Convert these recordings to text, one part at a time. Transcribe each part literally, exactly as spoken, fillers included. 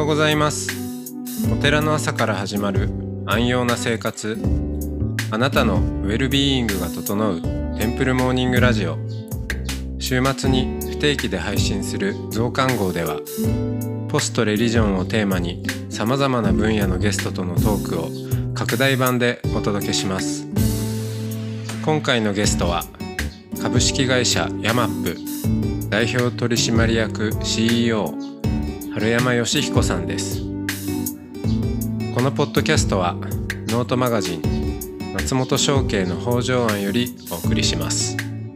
ございます。お寺の朝から始まる安養な生活、あなたのウェルビーイングが整うテンプルモーニングラジオ。週末に不定期で配信する増刊号では、ポストレリジョンをテーマにさまざまな分野のゲストとのトークを拡大版でお届けします。今回のゲストは株式会社ヤマップ代表取締役 シーイーオー 春山義彦さんです。このポッドキャストはノートマガジン松本商家の北条庵よりお送りします。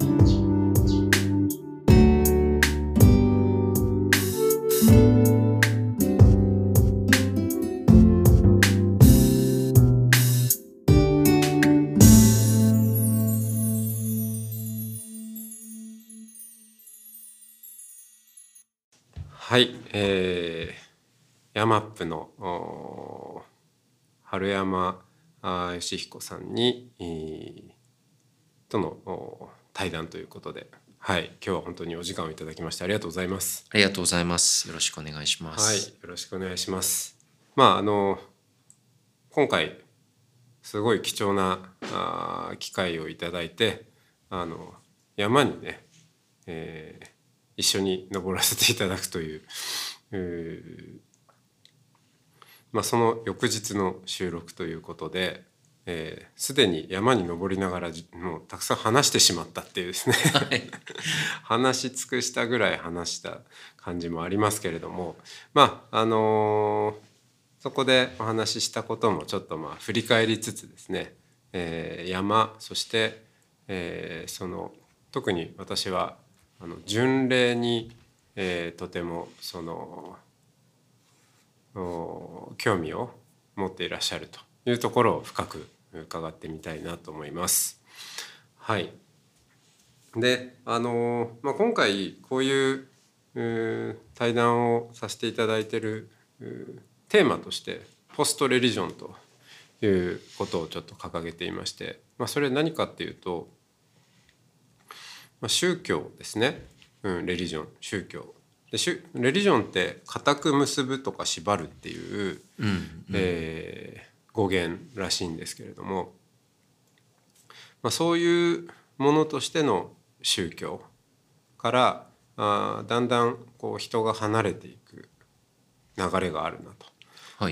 はい、えー、ヤマップの春山義彦さんに、えー、との対談ということで、はい、今日は本当にお時間をいただきましてありがとうございます。 ありがとうございます。よろしくお願いします。 はい、よろしくお願いします。まああの今回すごい貴重なあ機会をいただいて、あの山にね、えー一緒に登らせていただくという、うまあ、その翌日の収録ということで、えー、すでに山に登りながらもうたくさん話してしまったっていうですね、はい、話し尽くしたぐらい話した感じもありますけれども、まああのー、そこでお話ししたこともちょっとまあ振り返りつつですね、えー、山そして、えー、その特に私はあの巡礼に、えー、とてもその興味を持っていらっしゃるというところを深く伺ってみたいなと思います。はい。で、あのまあ、今回こういう対談をさせていただいているテーマとしてポストレリジョンということをちょっと掲げていまして、まあ、それ何かっていうと、まあ、宗教ですね、うん、レリジョン、宗教で、レリジョンって固く結ぶとか縛るっていう、うんうんえー、語源らしいんですけれども、まあ、そういうものとしての宗教からあだんだんこう人が離れていく流れがあるなと、はい、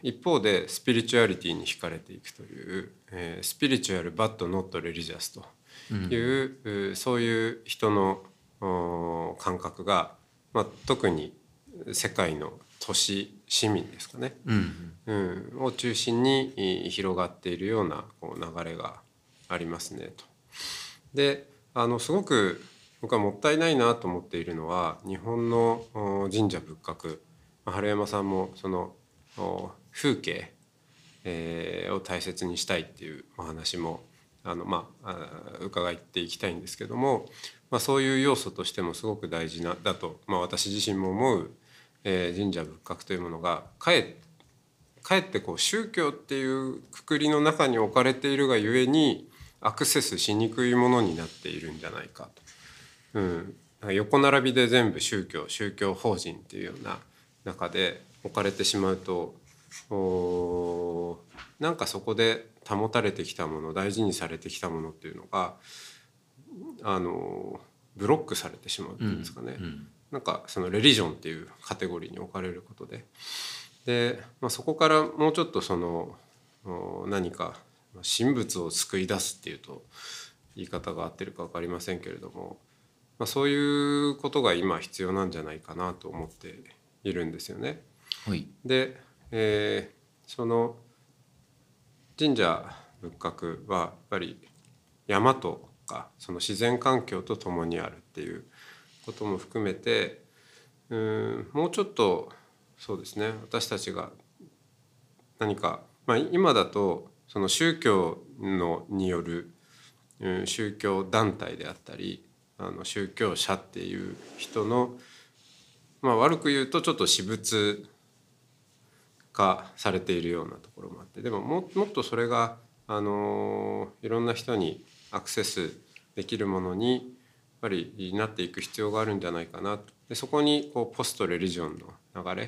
一方でスピリチュアリティに惹かれていくという、えー、スピリチュアルバッドノットレリジャスという、うん、そういう人の感覚が、まあ、特に世界の都市市民ですかね、うんうん、を中心に広がっているようなこう流れがありますねと。で、あのすごく僕はもったいないなと思っているのは、日本の神社仏閣、春山さんもその風景、えー、を大切にしたいっていうお話もあの、まあ、伺っていきたいんですけども、まあ、そういう要素としてもすごく大事なだと、まあ、私自身も思う、えー、神社仏閣というものがかえってかえってこう宗教っていう括りの中に置かれているがゆえにアクセスしにくいものになっているんじゃないかと、うん、横並びで全部宗教宗教法人っていうような中で置かれてしまうと、おなんかそこで保たれてきたもの、大事にされてきたものっていうのがあのブロックされてしまうっていうんですかね、うんうん、なんかそのレリジョンっていうカテゴリーに置かれることでで、まあ、そこからもうちょっとその何か神仏を救い出すっていうと言い方が合ってるか分かりませんけれども、まあ、そういうことが今必要なんじゃないかなと思っているんですよね。はい、で、えー、その神社仏閣はやっぱり山とかその自然環境と共にあるっていうことも含めて、うーんもうちょっとそうですね、私たちが何か、まあ、今だとその宗教のによる、うん、宗教団体であったりあの宗教者っていう人の、まあ、悪く言うとちょっと私物化されているようなところもあって、でも も, もっとそれが、あのいろんな人にアクセスできるものにやっぱりなっていく必要があるんじゃないかなと。でそこにこうポストレリジョンの流れ、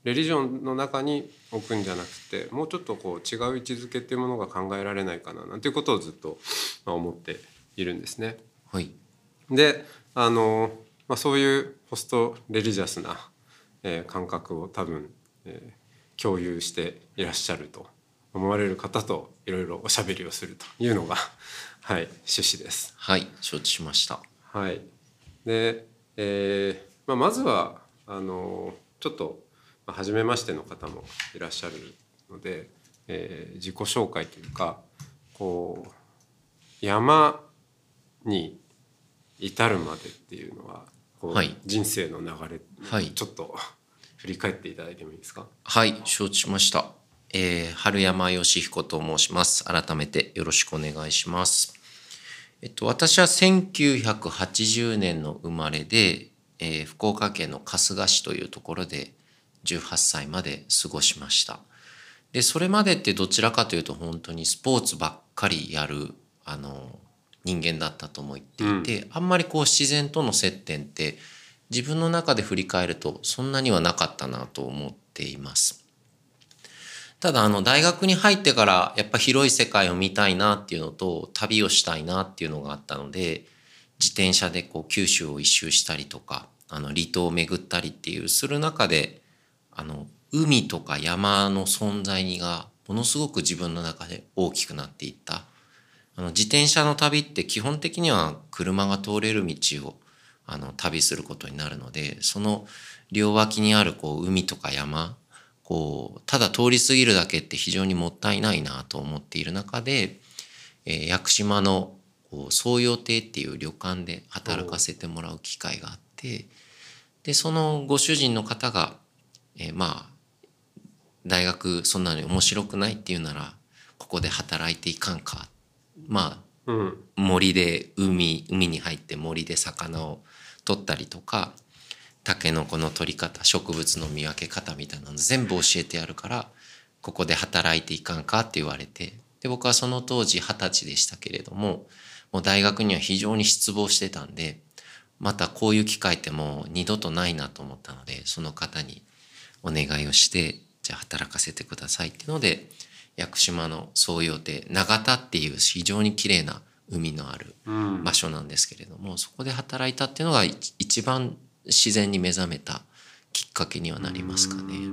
レリジョンの中に置くんじゃなくて、もうちょっとこう違う位置づけっていうものが考えられないかななんていうことをずっと思っているんですね。 はい、 であの、まあ、そういうポストレリジャスな、えー、感覚を多分、えー、共有していらっしゃると思われる方といろいろおしゃべりをするというのがはい、趣旨です。 はい、承知しました。 はい、で、えーまあ、まずはあのちょっと初めましての方もいらっしゃるので、えー、自己紹介というか、こう山に至るまでっていうのはこう、 はい、 人生の流れ、 はい、 ちょっと振り返っていただいてもいいですか。 はい、承知しました。えー、春山義彦と申します。改めてよろしくお願いします。えっと、私はせんきゅうひゃくはちじゅうねんの生まれで、えー、福岡県の春日市というところでじゅうはっさいまで過ごしました。で、それまでってどちらかというと本当にスポーツばっかりやるあの人間だったと思っていて、うん、あんまりこう自然との接点って自分の中で振り返るとそんなにはなかったなと思っています。ただあの大学に入ってからやっぱ広い世界を見たいなっていうのと旅をしたいなっていうのがあったので、自転車でこう九州を一周したりとか、あの離島を巡ったりっていうする中で、あの海とか山の存在がものすごく自分の中で大きくなっていった。あの自転車の旅って基本的には車が通れる道をあの旅することになるので、その両脇にあるこう海とか山、こうただ通り過ぎるだけって非常にもったいないなと思っている中で、えー、屋久島のこう宗陽亭っていう旅館で働かせてもらう機会があって、でそのご主人の方が、えー、まあ大学そんなに面白くないっていうならここで働いていかんか、まあ、うん、森で海海に入って森で魚を取ったりとか、タケノコの取り方、植物の見分け方みたいなの全部教えてやるからここで働いていかんかって言われて、で僕はその当時二十歳でしたけれども、もう大学には非常に失望してたんで、またこういう機会ってもう二度とないなと思ったので、その方にお願いをして、じゃあ働かせてくださいっていうので、屋久島の宗陽亭長田っていう非常に綺麗な海のある場所なんですけれども、うん、そこで働いたっていうのが一番自然に目覚めたきっかけにはなりますかね。うん、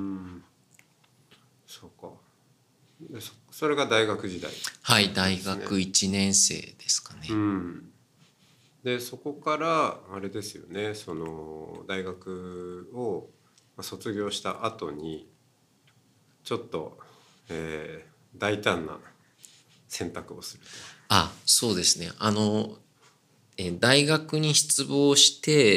そうか。で そ, それが大学時代、ね、 はい大学いちねん生ですかね。 うん、でそこからあれですよね、その大学を卒業した後にちょっと、えー、大胆な選択をすると。 あ、そうですね。あの大学に失望して、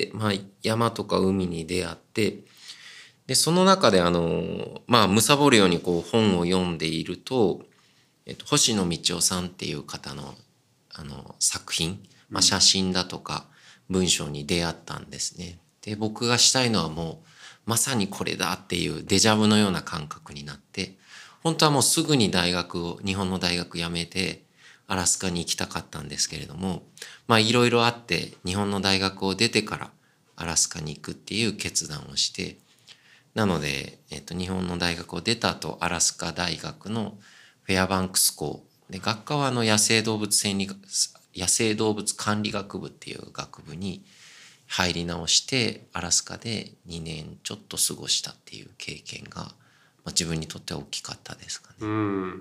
まあ、山とか海に出会って、でその中であのまあ貪るようにこう本を読んでいると、えっと、星野道夫さんっていう方のあの作品、まあ、写真だとか文章に出会ったんですね。で僕がしたいのはもうまさにこれだっていうデジャブのような感覚になって、本当はもうすぐに大学を日本の大学辞めてアラスカに行きたかったんですけれども、まあいろいろあって日本の大学を出てからアラスカに行くっていう決断をして、なので、えっと、日本の大学を出た後アラスカ大学のフェアバンクス校で、学科はあの野生動物生理野生動物管理学部っていう学部に入り直してアラスカでにねんちょっと過ごしたっていう経験が、まあ、自分にとっては大きかったですかね。 うん、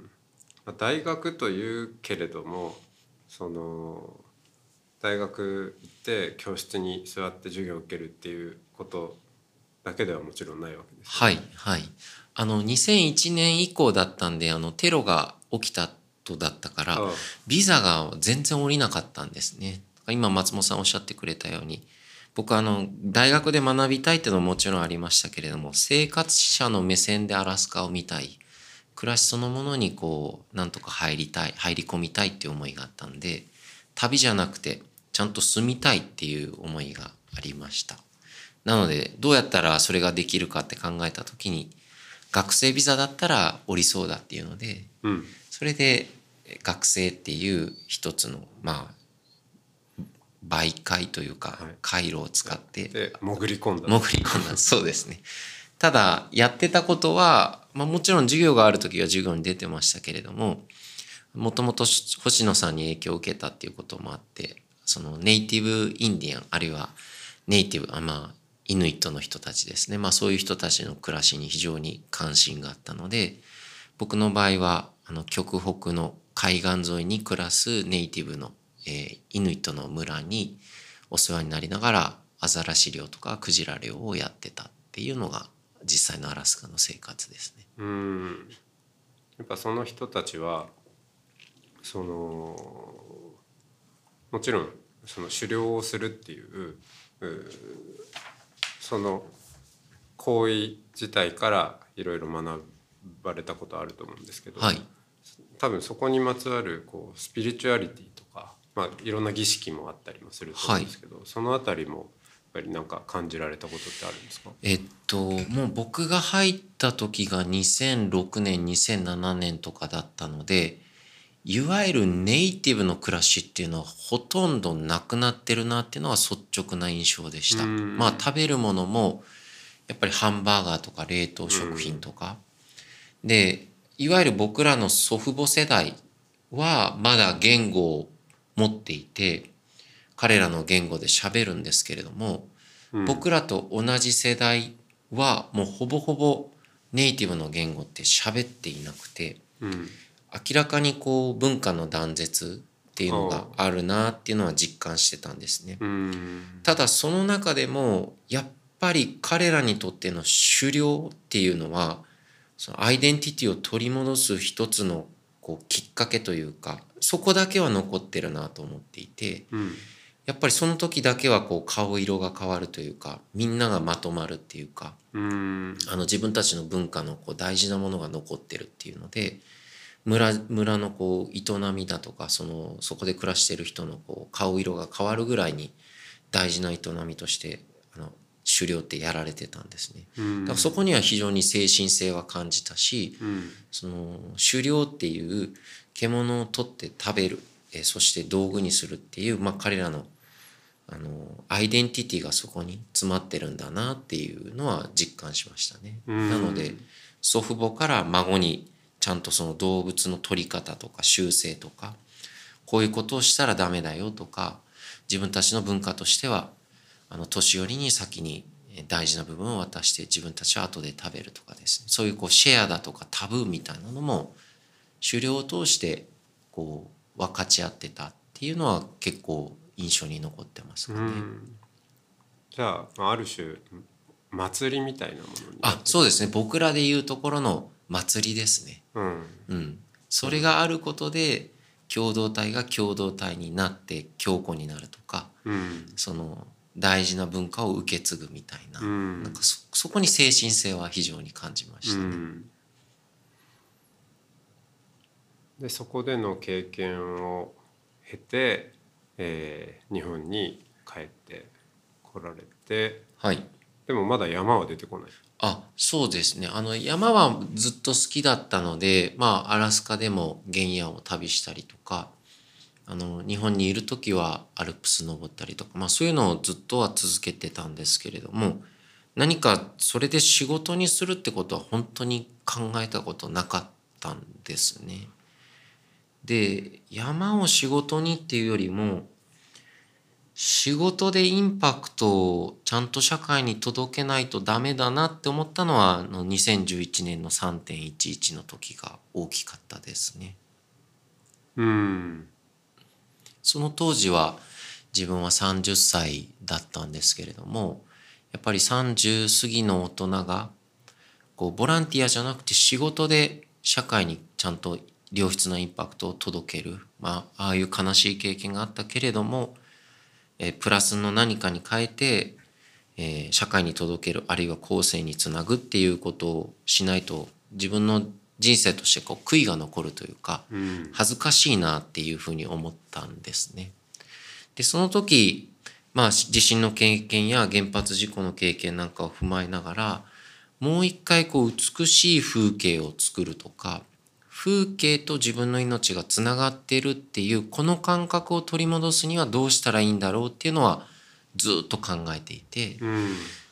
大学というけれども、その大学行って教室に座って授業を受けるっていうことだけではもちろんないわけです、ね。 はいはい。あのにせんいちねん以降だったんで、あのテロが起きたとだったから、ああビザが全然下りなかったんですね。今松本さんおっしゃってくれたように、僕あの大学で学びたいっていうのももちろんありましたけれども、生活者の目線でアラスカを見たい、暮らしそのものにこうなんとか入りたい入り込みたいっていう思いがあったんで、旅じゃなくてちゃんと住みたいっていう思いがありました。なのでどうやったらそれができるかって考えた時に、学生ビザだったら降りそうだっていうので、うん、それで学生っていう一つのまあ媒介というか回路を使って、 で潜り込んだ潜り込んだそうですね。 ただやってたことは、まあ、もちろん授業がある時は授業に出てましたけれども、もともと星野さんに影響を受けたっていうこともあって、そのネイティブインディアンあるいはネイティブあまあイヌイットの人たちですね、まあ、そういう人たちの暮らしに非常に関心があったので、僕の場合はあの極北の海岸沿いに暮らすネイティブの、えー、イヌイットの村にお世話になりながらアザラシ漁とかクジラ漁をやってたっていうのが実際のアラスカの生活ですね。 うん、やっぱその人たちはそのもちろんその狩猟をするっていう、うその行為自体からいろいろ学ばれたことあると思うんですけど、 はい、 多分そこにまつわるこうスピリチュアリティとか、まあ、いろんな儀式もあったりもすると思うんですけど、はい、そのあたりもやっぱりなんか感じられたことってあるんですか？ えっともう僕が入った時がにせんろくねんにせんななねんとかだったので、いわゆるネイティブの暮らしっていうのはほとんどなくなってるなっていうのは率直な印象でした。まあ食べるものもやっぱりハンバーガーとか冷凍食品とかで、いわゆる僕らの祖父母世代はまだ言語を持っていて彼らの言語で喋るんですけれども、うん、僕らと同じ世代はもうほぼほぼネイティブの言語って喋っていなくて、うん、明らかにこう文化の断絶っていうのがあるなっていうのは実感してたんですね。ただその中でもやっぱり彼らにとっての狩猟っていうのはそのアイデンティティを取り戻す一つのこうきっかけというか、そこだけは残ってるなと思っていて、うん、やっぱりその時だけはこう顔色が変わるというか、みんながまとまるっていうか、うんあの自分たちの文化のこう大事なものが残ってるっていうので、村村のこう営みだとか、そのそこで暮らしている人のこう顔色が変わるぐらいに大事な営みとしてあの狩猟ってやられてたんですね。だからそこには非常に精神性は感じたし、うん、その狩猟っていう獣を取って食べる、えそして道具にするっていう、まあ、彼らのあのアイデンティティがそこに詰まってるんだなっていうのは実感しましたね。なので祖父母から孫にちゃんとその動物の取り方とか習性とか、こういうことをしたらダメだよとか、自分たちの文化としてはあの年寄りに先に大事な部分を渡して自分たちは後で食べるとかですね、そういうこうシェアだとかタブーみたいなのも狩猟を通してこう分かち合ってたっていうのは結構印象に残ってますかね。 じゃあある種祭りみたいなものにあ、そうですね、僕らでいうところの祭りですね。うんうん、それがあることで共同体が共同体になって強固になるとか、うん、その大事な文化を受け継ぐみたいな、うん、なんか そ, そこに精神性は非常に感じましたね。うん、 でそこでの経験を経て、えー、日本に帰って来られて、はい、でもまだ山は出てこない。 あ、そうですね。あの山はずっと好きだったので、まあアラスカでも原野を旅したりとか、あの日本にいる時はアルプス登ったりとか、まあそういうのをずっとは続けてたんですけれども、何かそれで仕事にするってことは本当に考えたことなかったんですね。で、山を仕事にっていうよりも、仕事でインパクトをちゃんと社会に届けないとダメだなって思ったのは、あのにせんじゅういちねんの さんてんいちいち の時が大きかったですね。うん。その当時は自分はさんじゅっさいだったんですけれども、やっぱりさんじゅう過ぎの大人がこうボランティアじゃなくて仕事で社会にちゃんと良質なインパクトを届ける、まあああいう悲しい経験があったけれども、えプラスの何かに変えて、えー、社会に届ける、あるいは後世につなぐっていうことをしないと自分の人生としてこう悔いが残るというか、うん、恥ずかしいなっていうふうに思ったんですね。でその時、まあ、地震の経験や原発事故の経験なんかを踏まえながら、もう一回こう美しい風景を作るとか、風景と自分の命がつながっているっていうこの感覚を取り戻すにはどうしたらいいんだろうっていうのはずっと考えていて、うん、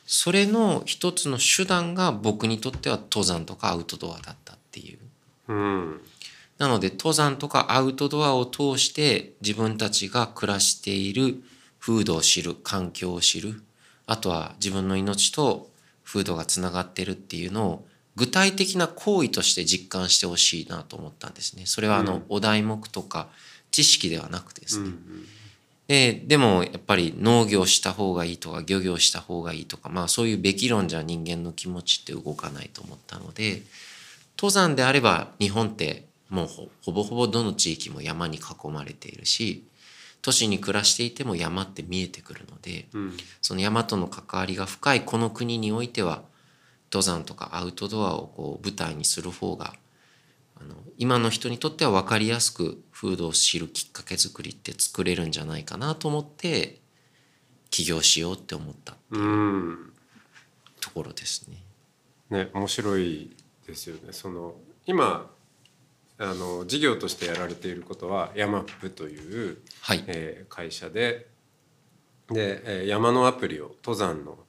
それの一つの手段が僕にとっては登山とかアウトドアだったっていう。 うん、 なので登山とかアウトドアを通して自分たちが暮らしている風土を知る、環境を知る、あとは自分の命と風土がつながってるっていうのを具体的な行為として実感してほしいなと思ったんですね。それはあの、うん、お題目とか知識ではなくてですね、うんうん、で, でもやっぱり農業した方がいいとか漁業した方がいいとか、まあそういうべき論じゃ人間の気持ちって動かないと思ったので、登山であれば日本ってもう ほ, ほぼほぼどの地域も山に囲まれているし、都市に暮らしていても山って見えてくるので、うん、その山との関わりが深いこの国においては登山とかアウトドアをこう舞台にする方があの今の人にとっては分かりやすく風土を知るきっかけ作りって作れるんじゃないかなと思って起業しようって思ったっていうところですね。 ね、面白いですよね。その今あの事業としてやられていることはヤマップという、はい、えー、会社で、で、えー、山のアプリを登山の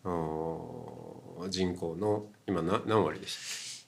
人口の今な何割でした？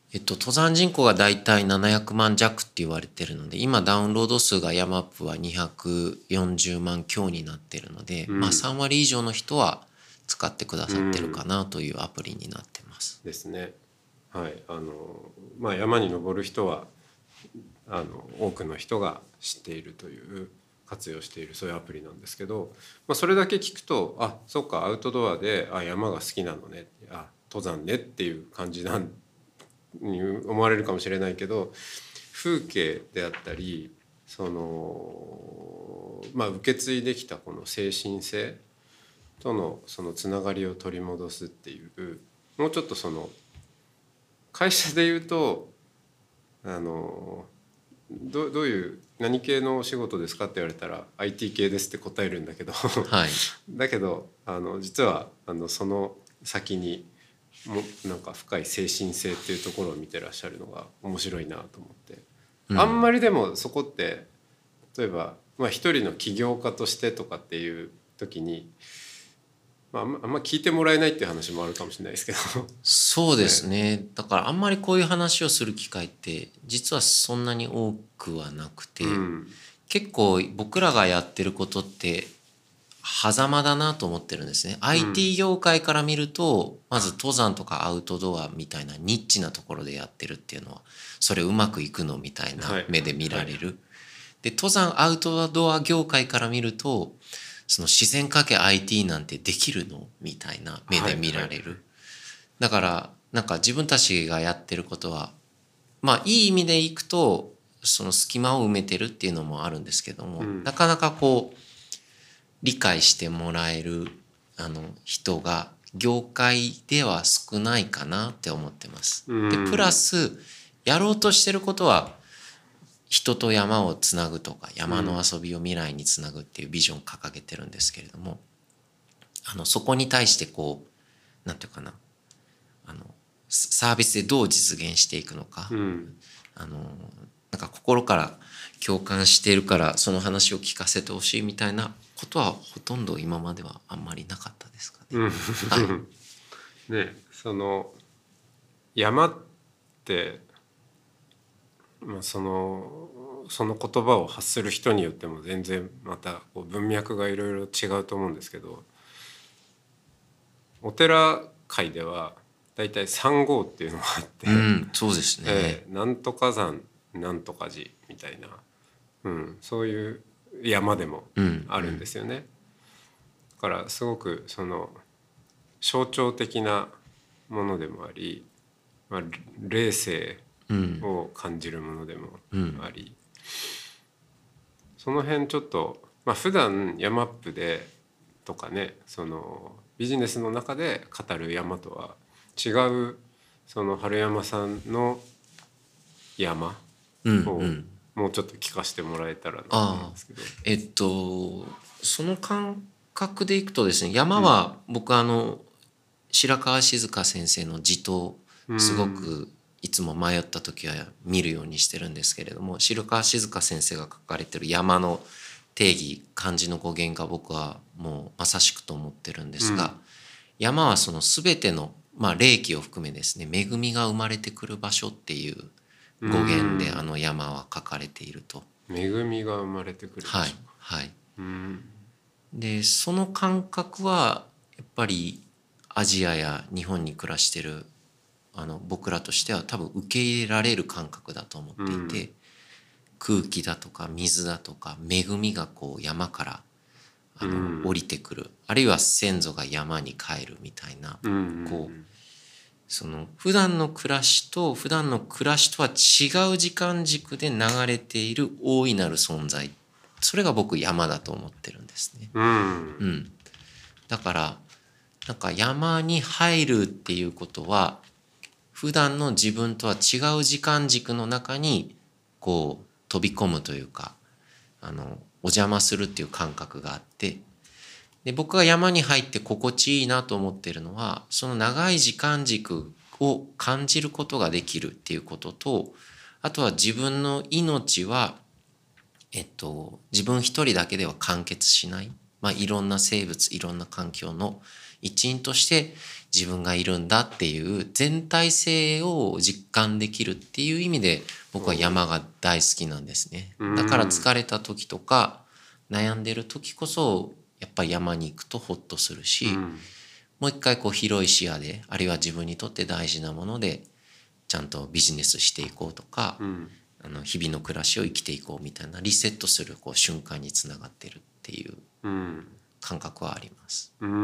えっと、登山人口がだいたいななひゃくまん弱って言われてるので、今ダウンロード数がヤマップはにひゃくよんじゅうまん強になってるので、うん、まあさん割以上の人は使ってくださってるかなというアプリになってます。 うん、ですね。はい、あのまあ山に登る人はあの多くの人が知っているという活用しているそういうアプリなんですけど、まあ、それだけ聞くとあそうかアウトドアであ山が好きなのねあ登山ねっていう感じなんに思われるかもしれないけど、風景であったりその、まあ、受け継いできたこの精神性とのそのつながりを取り戻すっていうもうちょっとその会社で言うとあの ど, どういう何系のお仕事ですかって言われたら アイティー 系ですって答えるんだけど、はい、だけどあの実はあのその先にもなんか深い精神性っていうところを見てらっしゃるのが面白いなと思って、うん、あんまりでもそこって例えば、まあ、一人の起業家としてとかっていう時に、まあ、あんま聞いてもらえないっていう話もあるかもしれないですけどそうですね、ね、だからあんまりこういう話をする機会って実はそんなに多くはなくて、うん、結構僕らがやってることって狭間だなと思ってるんですね、うん、アイティー 業界から見るとまず登山とかアウトドアみたいなニッチなところでやってるっていうのはそれうまくいくのみたいな目で見られる、はいはい、で登山アウトドア業界から見るとその自然かけ アイティー なんてできるのみたいな目で見られる、はいはい、だからなんか自分たちがやってることはまあいい意味でいくとその隙間を埋めてるっていうのもあるんですけども、うん、なかなかこう理解してもらえるあの人が業界では少ないかなって思ってます。でプラスやろうとしてることは人と山をつなぐとか山の遊びを未来につなぐっていうビジョンを掲げてるんですけれども、あのそこに対してこうなんていうかなあのサービスでどう実現していくのか、うん、あのなんか心から共感しているからその話を聞かせてほしいみたいなことはほとんど今まではあんまりなかったですかね。うんはい、 ねその山って、まあ、そのその言葉を発する人によっても全然またこう文脈がいろいろ違うと思うんですけど、お寺界ではだいたいさん号っていうのがあって、うん、 そうですね、 えー、なんとか山なんとか寺みたいな、うん、そういう山でもあるんですよね、うんうん、だからすごくその象徴的なものでもあり、まあ、霊性を感じるものでもあり、うん、その辺ちょっと、まあ、普段ヤマップでとかねそのビジネスの中で語る山とは違うその春山さんの山をもうちょっと聞かせてもらえたらなと思うんですけど、 えっとその感覚でいくとですね、山は僕、うん、あの白川静香先生の地頭すごくいつも迷った時は見るようにしてるんですけれども、白川静香先生が書かれてる山の定義漢字の語源が僕はもうまさしくと思ってるんですが、うん、 山はその全ての、まあ、霊気を含めですね、恵みが生まれてくる場所っていう語源であの山は書かれていると。 恵みが生まれてくる場所。 はいはい。 うん、 でその感覚はやっぱりアジアや日本に暮らしてるあの僕らとしては多分受け入れられる感覚だと思っていて、うん、空気だとか水だとか恵みがこう山からあの、うん、降りてくる、あるいは先祖が山に帰るみたいな、うん、こうその普段の暮らしと普段の暮らしとは違う時間軸で流れている大いなる存在、それが僕山だと思ってるんですね。 うんうん、だからなんか山に入るっていうことは普段の自分とは違う時間軸の中にこう飛び込むというか、あのお邪魔するっていう感覚があって、で僕が山に入って心地いいなと思っているのはその長い時間軸を感じることができるっていうことと、あとは自分の命はえっと自分一人だけでは完結しない、まあ、いろんな生物いろんな環境の一員として自分がいるんだっていう全体性を実感できるっていう意味で僕は山が大好きなんですね。だから疲れた時とか悩んでる時こそやっぱり山に行くとホッとするし、うん、もう一回こう広い視野であるいは自分にとって大事なものでちゃんとビジネスしていこうとか、うん、あの日々の暮らしを生きていこうみたいなリセットするこう瞬間につながってるっていう感覚はあります。 うん、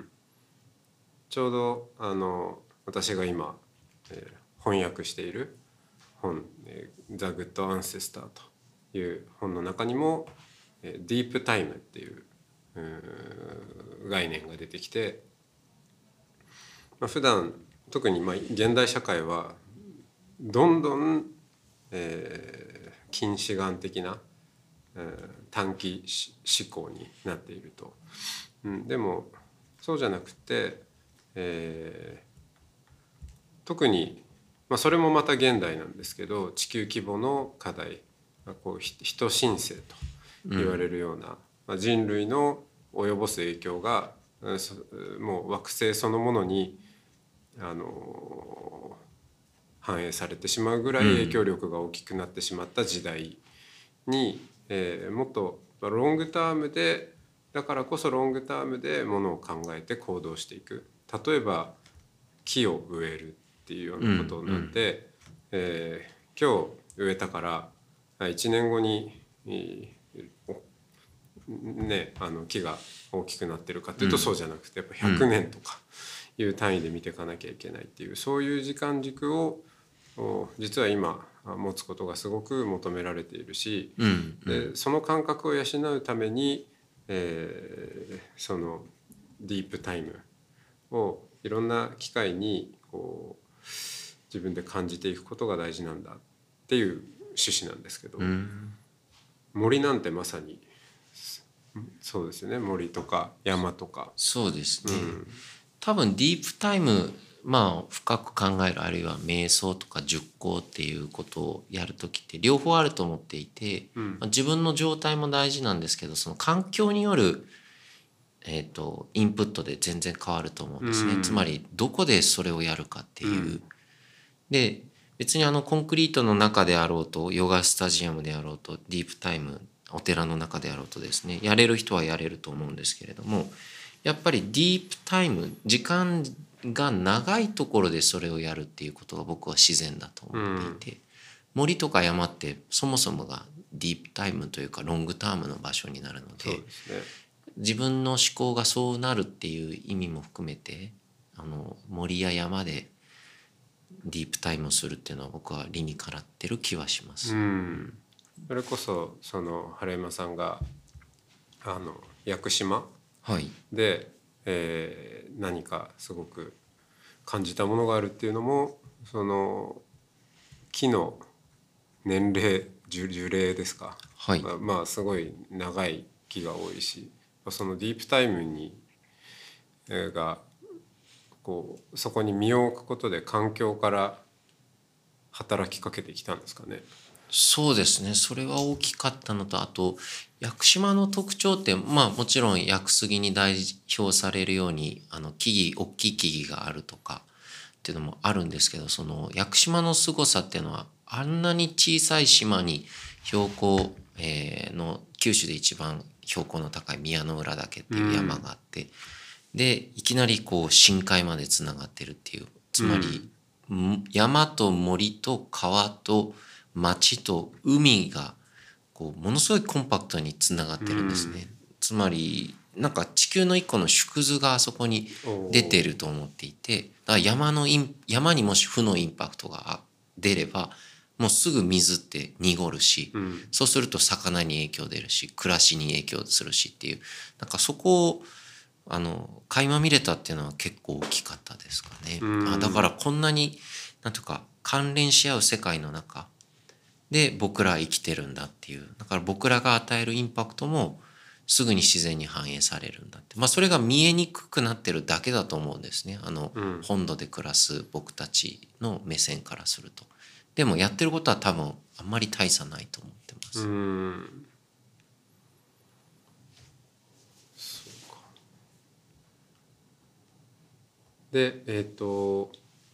ちょうどあの私が今、えー、翻訳している本「えー、The Good Ancestor」という本の中にも「えー、ディープタイム」っていう概念が出てきて、まあ、普段特にまあ現代社会はどんどん、えー、近視眼的な、えー、短期思考になっていると、うん、でもそうじゃなくて、えー、特に、まあ、それもまた現代なんですけど地球規模の課題、まあ、こう人新世と言われるような、うんまあ、人類の及ぼす影響がもう惑星そのものにあの反映されてしまうぐらい影響力が大きくなってしまった時代に、うんえー、もっとロングタームでだからこそロングタームでものを考えて行動していく。例えば木を植えるっていうようなことなんて、うんうんえー、今日植えたからいちねんごにね、あの木が大きくなってるかっていうとそうじゃなくてやっぱひゃくねんとかいう単位で見ていかなきゃいけないっていうそういう時間軸を実は今持つことがすごく求められているし、うんうん、でその感覚を養うために、えー、そのディープタイムをいろんな機会にこう自分で感じていくことが大事なんだっていう趣旨なんですけど、うん、森なんてまさにそうですよね。森とか山とかそうですね、うん、多分ディープタイムまあ深く考えるあるいは瞑想とか熟考っていうことをやるときって両方あると思っていて、うんまあ、自分の状態も大事なんですけどその環境による、えーと、インプットで全然変わると思うんですね、うん、つまりどこでそれをやるかっていう、うん、で別にあのコンクリートの中であろうとヨガスタジアムであろうとディープタイムお寺の中であろうとですねやれる人はやれると思うんですけれどもやっぱりディープタイム時間が長いところでそれをやるっていうことが僕は自然だと思っていて、うん、森とか山ってそもそもがディープタイムというかロングタームの場所になるので、そうですね、自分の思考がそうなるっていう意味も含めてあの森や山でディープタイムをするっていうのは僕は理にかなってる気はします。 うんそれこそその春山さんがあの屋久島で、はいえー、何かすごく感じたものがあるっていうのもその木の年齢樹齢ですか、はいまあ、まあすごい長い木が多いしそのディープタイムにがこうそこに身を置くことで環境から働きかけてきたんですかね。 そうですね、それは大きかったのと、あと屋久島の特徴って、まあもちろん屋久杉に代表されるようにあの木々大きい木々があるとかっていうのもあるんですけど、その屋久島の凄さっていうのは、あんなに小さい島に標高、えーの九州で一番標高の高い宮之浦岳っていう山があって、うん、でいきなりこう深海までつながってるっていう、つまり、うん、山と森と川と町と海がこうものすごいコンパクトにつながってるんですね。うん、つまりなんか地球の一個の縮図があそこに出てると思っていて、だから山のイン山にもし負のインパクトが出ればもうすぐ水って濁るし、うん、そうすると魚に影響出るし暮らしに影響するしっていう、なんかそこをあの垣間見れたっていうのは結構大きかったですかね。うん、あだからこんなになんというか関連し合う世界の中で僕ら生きてるんだっていう、だから僕らが与えるインパクトもすぐに自然に反映されるんだって、まあそれが見えにくくなってるだけだと思うんですね。あの、うん、本土で暮らす僕たちの目線からすると。でもやってることは多分あんまり大差ないと思ってます。 うん、そうか。でえっと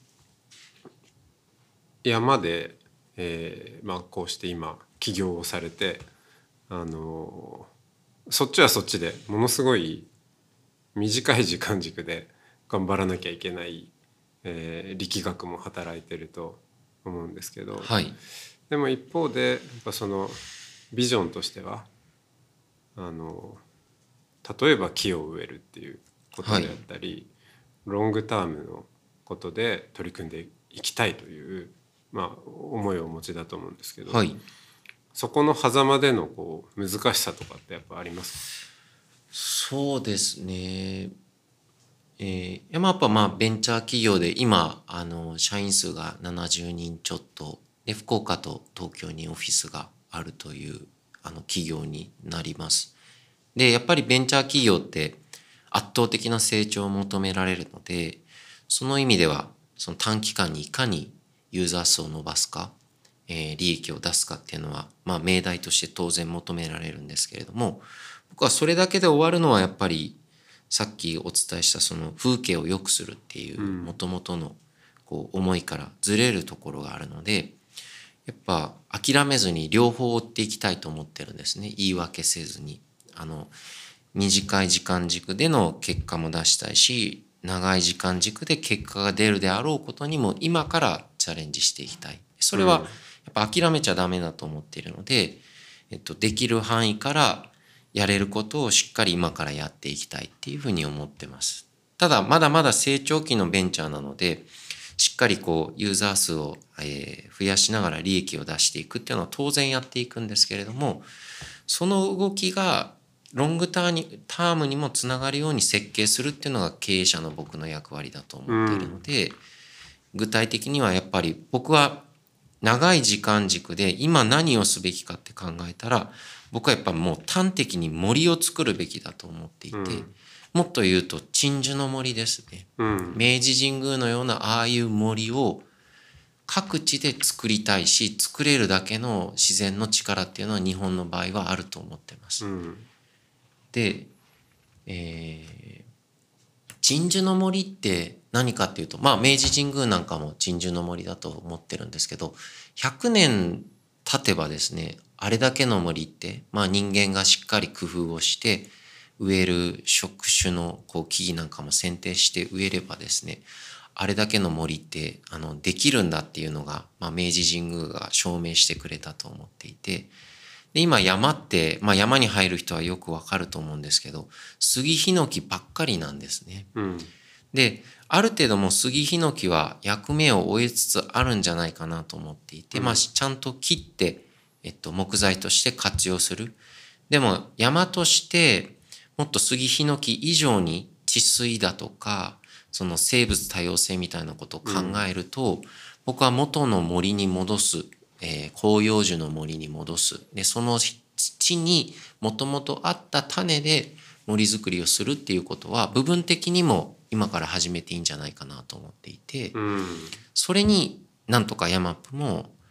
山でえーまあ、こうして今起業をされて、あのー、そっちはそっちでものすごい短い時間軸で頑張らなきゃいけない、えー、力学も働いてると思うんですけど、 はい、 でも一方でやっぱそのビジョンとしてはあの例えば木を植えるっていうことであったり、はい、ロングタームのことで取り組んでいきたいというまあ、思いをお持ちだと思うんですけど、 はい、 そこの狭間でのこう難しさとかってやっぱありますか？ そうですね、えー、やっぱまあベンチャー企業で今あの社員数がななじゅうにんちょっとで、福岡と東京にオフィスがあるというあの企業になります。でやっぱりベンチャー企業って圧倒的な成長を求められるので、その意味ではその短期間にいかにユーザー数を伸ばすか、えー、利益を出すかっていうのは、まあ、命題として当然求められるんですけれども、僕はそれだけで終わるのはやっぱりさっきお伝えしたその風景を良くするっていうもともとのこう思いからずれるところがあるので、やっぱ諦めずに両方追っていきたいと思ってるんですね。言い訳せずに、あの短い時間軸での結果も出したいし、長い時間軸で結果が出るであろうことにも今からチャレンジしていきたい。それはやっぱ諦めちゃダメだと思っているので、えっと、できる範囲からやれることをしっかり今からやっていきたいっていうふうに思ってます。ただまだまだ成長期のベンチャーなので、しっかりこうユーザー数を、えー、増やしながら利益を出していくっていうのは当然やっていくんですけれども、その動きがロングターにタームにもつながるように設計するっていうのが経営者の僕の役割だと思っているので、うん、具体的にはやっぱり僕は長い時間軸で今何をすべきかって考えたら、僕はやっぱもう端的に森を作るべきだと思っていて、うん、もっと言うと鎮守の森ですね、うん、明治神宮のようなああいう森を各地で作りたいし、作れるだけの自然の力っていうのは日本の場合はあると思ってます。うん、で、えー、鎮守の森って何かっていうと、まあ明治神宮なんかも鎮守の森だと思ってるんですけど、ひゃくねん経てばですね、あれだけの森って、まあ人間がしっかり工夫をして植える職種のこう木々なんかも選定して植えればですね、あれだけの森ってあのできるんだっていうのが、まあ、明治神宮が証明してくれたと思っていて、で今山って、まあ、山に入る人はよくわかると思うんですけど、杉ヒノキばっかりなんですね。うん、である程度もう杉ヒノキは役目を終えつつあるんじゃないかなと思っていて、うん、まあちゃんと切って、えっと、木材として活用する。でも山としてもっと杉ヒノキ以上に治水だとかその生物多様性みたいなことを考えると、うん、僕は元の森に戻す、えー、広葉樹の森に戻す。でその土にもともとあった種で森づくりをするっていうことは部分的にも今から始めていいんじゃないかなと思っていて、うん、それになんとかヤマップも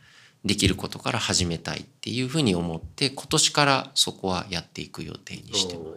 できることから始めたいっていうふうに思って、今年からそこはやっていく予定にしてます。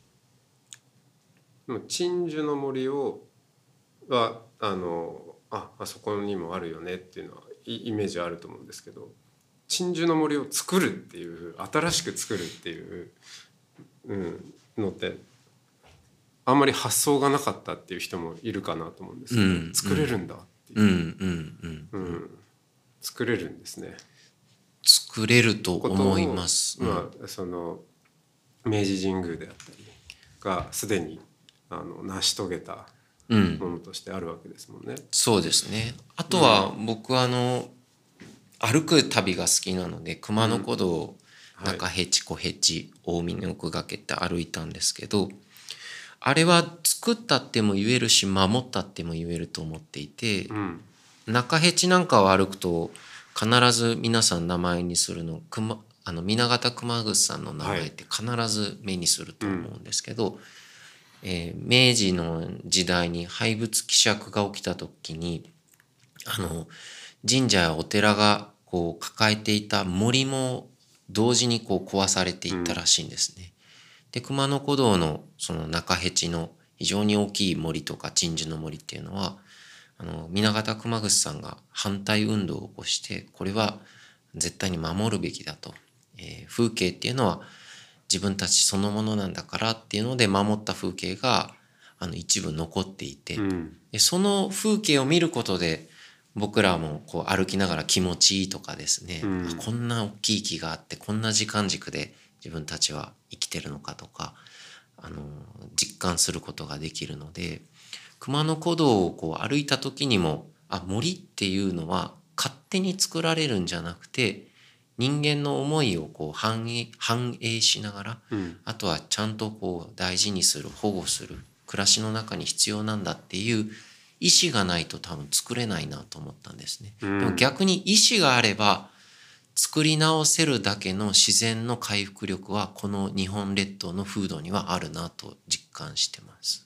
でも鎮守の森をはあのああそこにもあるよねっていうのはイメージあると思うんですけど、鎮守の森を作るっていう新しく作るっていう、うん、のってあんまり発想がなかったっていう人もいるかなと思うんですけど、うん、作れるんだっていう、うんうんうんうん、作れるんですね。 作れると思います。 うん、まあその明治神宮であったりがすでにあの成し遂げたものとしてあるわけですもんね。うん、 そうですね。あとは僕はあの歩く旅が好きなので熊野古道、うん、中辺地小辺地大峰奥崖って歩いたんですけど、あれは作ったっても言えるし守ったっても言えると思っていて、うん、中辺地なんかを歩くと必ず皆さん名前にするの熊あの水俣熊楠さんの名前って必ず目にすると思うんですけど、はい、えー、明治の時代に廃仏毀釈が起きた時にあの神社やお寺がこう抱えていた森も同時にこう壊されていったらしいんですね。うん、で熊野古道のその中辺地の非常に大きい森とか鎮守の森っていうのはあの水俣熊楠さんが反対運動を起こして、これは絶対に守るべきだと、えー、風景っていうのは自分たちそのものなんだからっていうので守った風景があの一部残っていて、うん、でその風景を見ることで僕らもこう歩きながら気持ちいいとかですね、うん、こんな大きい木があってこんな時間軸で自分たちは生きてるのかとかあの実感することができるので、熊野古道をこう歩いた時にもあ森っていうのは勝手に作られるんじゃなくて人間の思いをこう反映、反映しながら、うん、あとはちゃんとこう大事にする保護する暮らしの中に必要なんだっていう意思がないと多分作れないなと思ったんですね。うん、でも逆に意思があれば作り直せるだけの自然の回復力はこの日本列島の風土にはあるなと実感してます。 うん、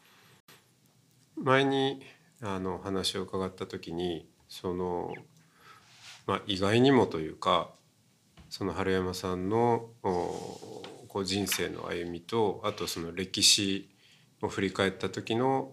前にあの話を伺った時にその、まあ、意外にもというかその春山さんのこう人生の歩みとあとその歴史を振り返った時の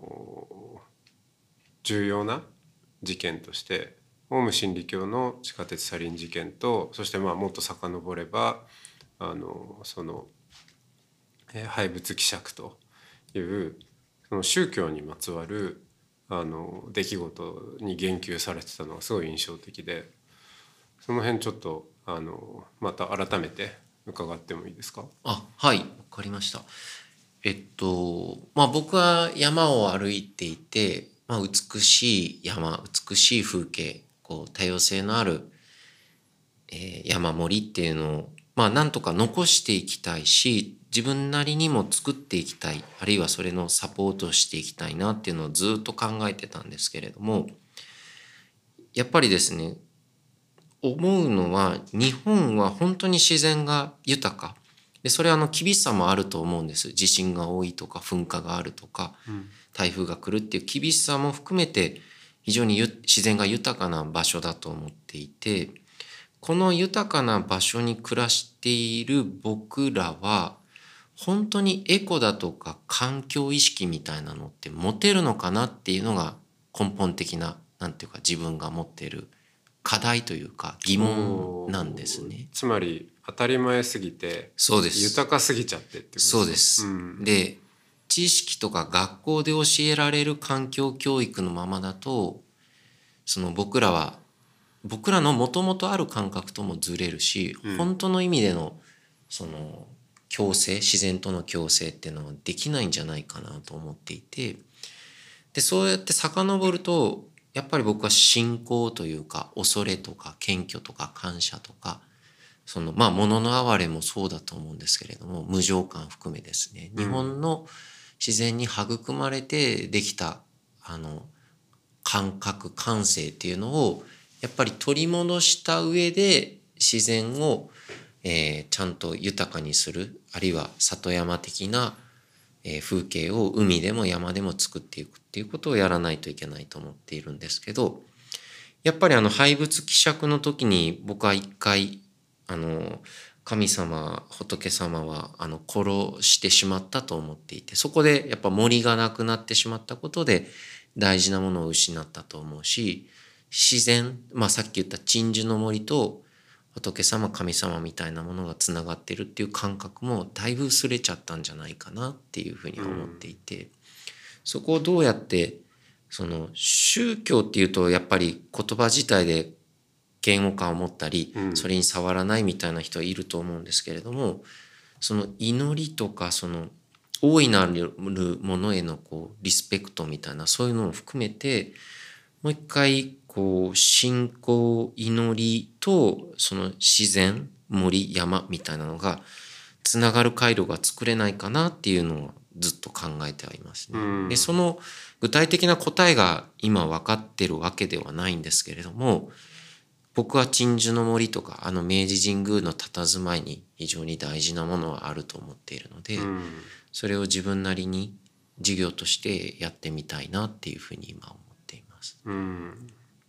重要な事件としてオウム真理教の地下鉄サリン事件と、そしてまあもっと遡ればあのその廃仏毀釈というその宗教にまつわるあの出来事に言及されてたのがすごい印象的で、その辺ちょっとあのまた改めて伺ってもいいですか？ あ、はい、わかりました。えっとまあ僕は山を歩いていて、まあ、美しい山美しい風景こう多様性のある、えー、山森っていうのをまあなんとか残していきたいし自分なりにも作っていきたい、あるいはそれのサポートをしていきたいなっていうのをずっと考えてたんですけれども、やっぱりですね思うのは日本は本当に自然が豊かで、それはあの厳しさもあると思うんです。地震が多いとか噴火があるとか、うん、台風が来るっていう厳しさも含めて非常に自然が豊かな場所だと思っていて、この豊かな場所に暮らしている僕らは本当にエコだとか環境意識みたいなのって持てるのかなっていうのが根本的ななんていうか自分が持っている課題というか疑問なんですね。 つまり当たり前すぎてそうです豊かすぎちゃってってことですか？ そうです、うん、で知識とか学校で教えられる環境教育のままだとその僕らは僕らのもともとある感覚ともずれるし、うん、本当の意味でのその共生自然との共生っていうのはできないんじゃないかなと思っていて、でそうやって遡るとやっぱり僕は信仰というか恐れとか謙虚とか感謝とかそのまあ物の哀れもそうだと思うんですけれども無常感含めですね、日本の自然に育まれてできたあの感覚感性っていうのをやっぱり取り戻した上で自然を、えー、ちゃんと豊かにする、あるいは里山的な、えー、風景を海でも山でも作っていくっていうことをやらないといけないと思っているんですけど、 やっぱりあの廃仏毀釈の時に僕は一回あの神様仏様はあの殺してしまったと思っていて、そこでやっぱ森がなくなってしまったことで大事なものを失ったと思うし、自然、まあ、さっき言った鎮守の森と仏様神様みたいなものがつながってるっていう感覚もだいぶ薄れちゃったんじゃないかなっていうふうに思っていて、そこをどうやってその宗教っていうとやっぱり言葉自体で嫌悪感を持ったり、それに触らないみたいな人はいると思うんですけれども、その祈りとかその大いなるものへのこうリスペクトみたいなそういうのを含めてもう一回こう信仰祈りとその自然森山みたいなのがつながる回路が作れないかなっていうのをずっと考えてはいますね。でその具体的な答えが今分かってるわけではないんですけれども、僕は鎮守の森とかあの明治神宮の佇まいに非常に大事なものはあると思っているので、それを自分なりに事業としてやってみたいなっていうふうに今思っています。 うん、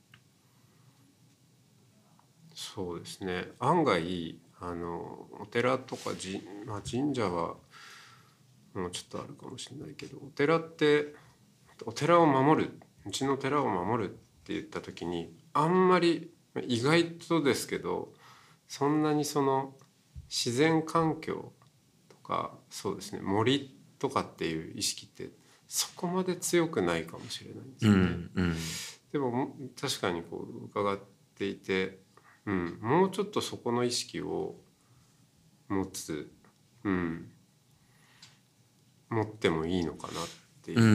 そうですね。案外あのお寺とかじ、まあ、神社はもうちょっとあるかもしれないけど、お寺ってお寺を守る、うちの寺を守るって言った時にあんまり意外とですけどそんなにその自然環境とかそうですね森とかっていう意識ってそこまで強くないかもしれないんですよね。 うんうん、 でも確かにこう伺っていて、うん、もうちょっとそこの意識を持つ、うん、持ってもいいのかなっていう、 うん、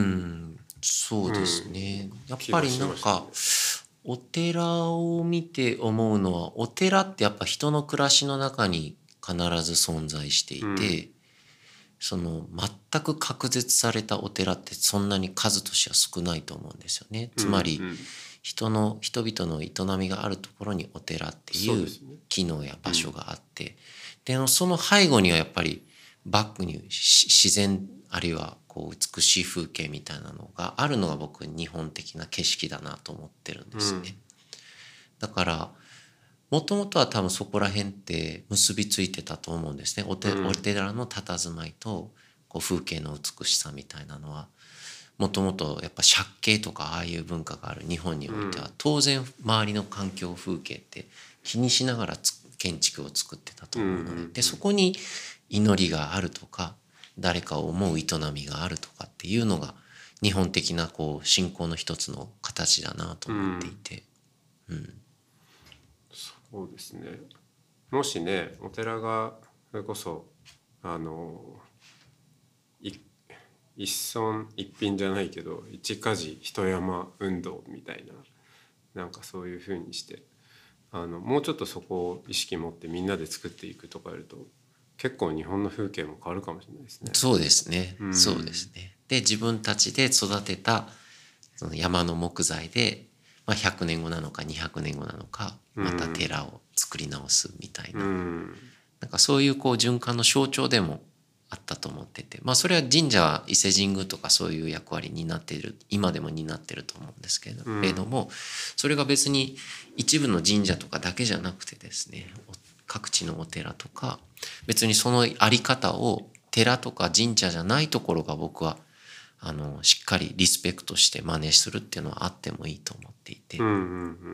そうですね、うん、やっぱりなんかお寺を見て思うのは、お寺ってやっぱ人の暮らしの中に必ず存在していて、うん、その全く隔絶されたお寺ってそんなに数としては少ないと思うんですよね。つまり、うんうん、人の人々の営みがあるところにお寺っていう機能や場所があって、で、その背後にはやっぱりバックに自然あるいはこう美しい風景みたいなのがあるのが僕日本的な景色だなと思ってるんですね。うん、だからもともとは多分そこら辺って結びついてたと思うんですね。おて、うん、お寺の佇まいとこう風景の美しさみたいなのはもともとやっぱ借景とかああいう文化がある日本においては当然周りの環境風景って気にしながら建築を作ってたと思うので、でそこに祈りがあるとか誰かを思う営みがあるとかっていうのが日本的なこう信仰の一つの形だなと思っていて、うん、うん、 そうですね。もしねお寺がそれこそあの一村一品じゃないけど一家事一山運動みたいな、なんかそういう風にしてあのもうちょっとそこを意識持ってみんなで作っていくとかやると結構日本の風景も変わるかもしれないですね。 そうですね、うん、そうですね。で自分たちで育てたその山の木材で、まあ、ひゃくねんごなのかにひゃくねんごなのかまた寺を作り直すみたいな、うん、なんかそういうこう循環の象徴でもあったと思ってて、まあそれは神社は伊勢神宮とかそういう役割になっている今でも担っていると思うんですけれども、うん、それが別に一部の神社とかだけじゃなくてですね、各地のお寺とか別にそのあり方を寺とか神社じゃないところが僕はあのしっかりリスペクトして真似するっていうのはあってもいいと思っていて、うんうんうん、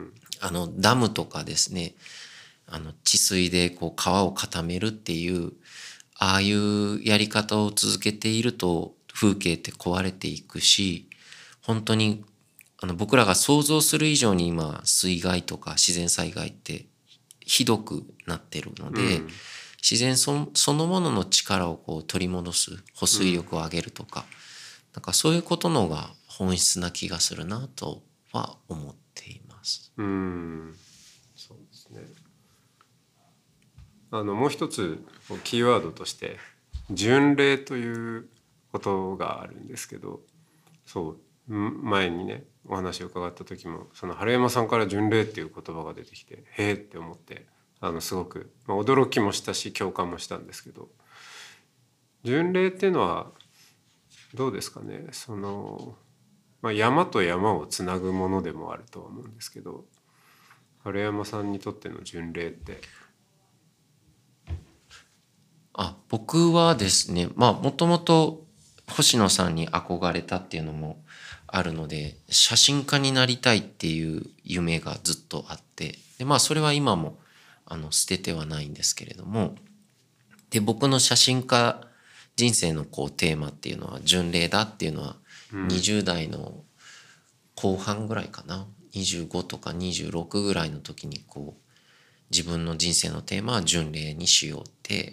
あのダムとかですね、あの治水でこう川を固めるっていうああいうやり方を続けていると風景って壊れていくし、本当にあの僕らが想像する以上に今水害とか自然災害ってひどくなってるので、うん、自然 そ, そのものの力をこう取り戻す保水力を上げるとか、うん、なんかそういうことのが本質な気がするなとは思っています。 うん、そうですね。あのもう一つキーワードとして巡礼ということがあるんですけど、そう前にねお話を伺った時もその春山さんから巡礼っていう言葉が出てきてへーって思って、あのすごく、まあ、驚きもしたし共感もしたんですけど、巡礼っていうのはどうですかね。その、まあ、山と山をつなぐものでもあるとは思うんですけど、 春山さんにとっての巡礼って。 あ、僕はですね、まあもともと星野さんに憧れたっていうのもあるので、写真家になりたいっていう夢がずっとあって、でまあそれは今もあの捨ててはないんですけれども、で僕の写真家人生のこうテーマっていうのは巡礼だっていうのは、にじゅう代の後半ぐらいかな、にじゅうごとかにじゅうろくぐらいの時にこう自分の人生のテーマは巡礼にしようって、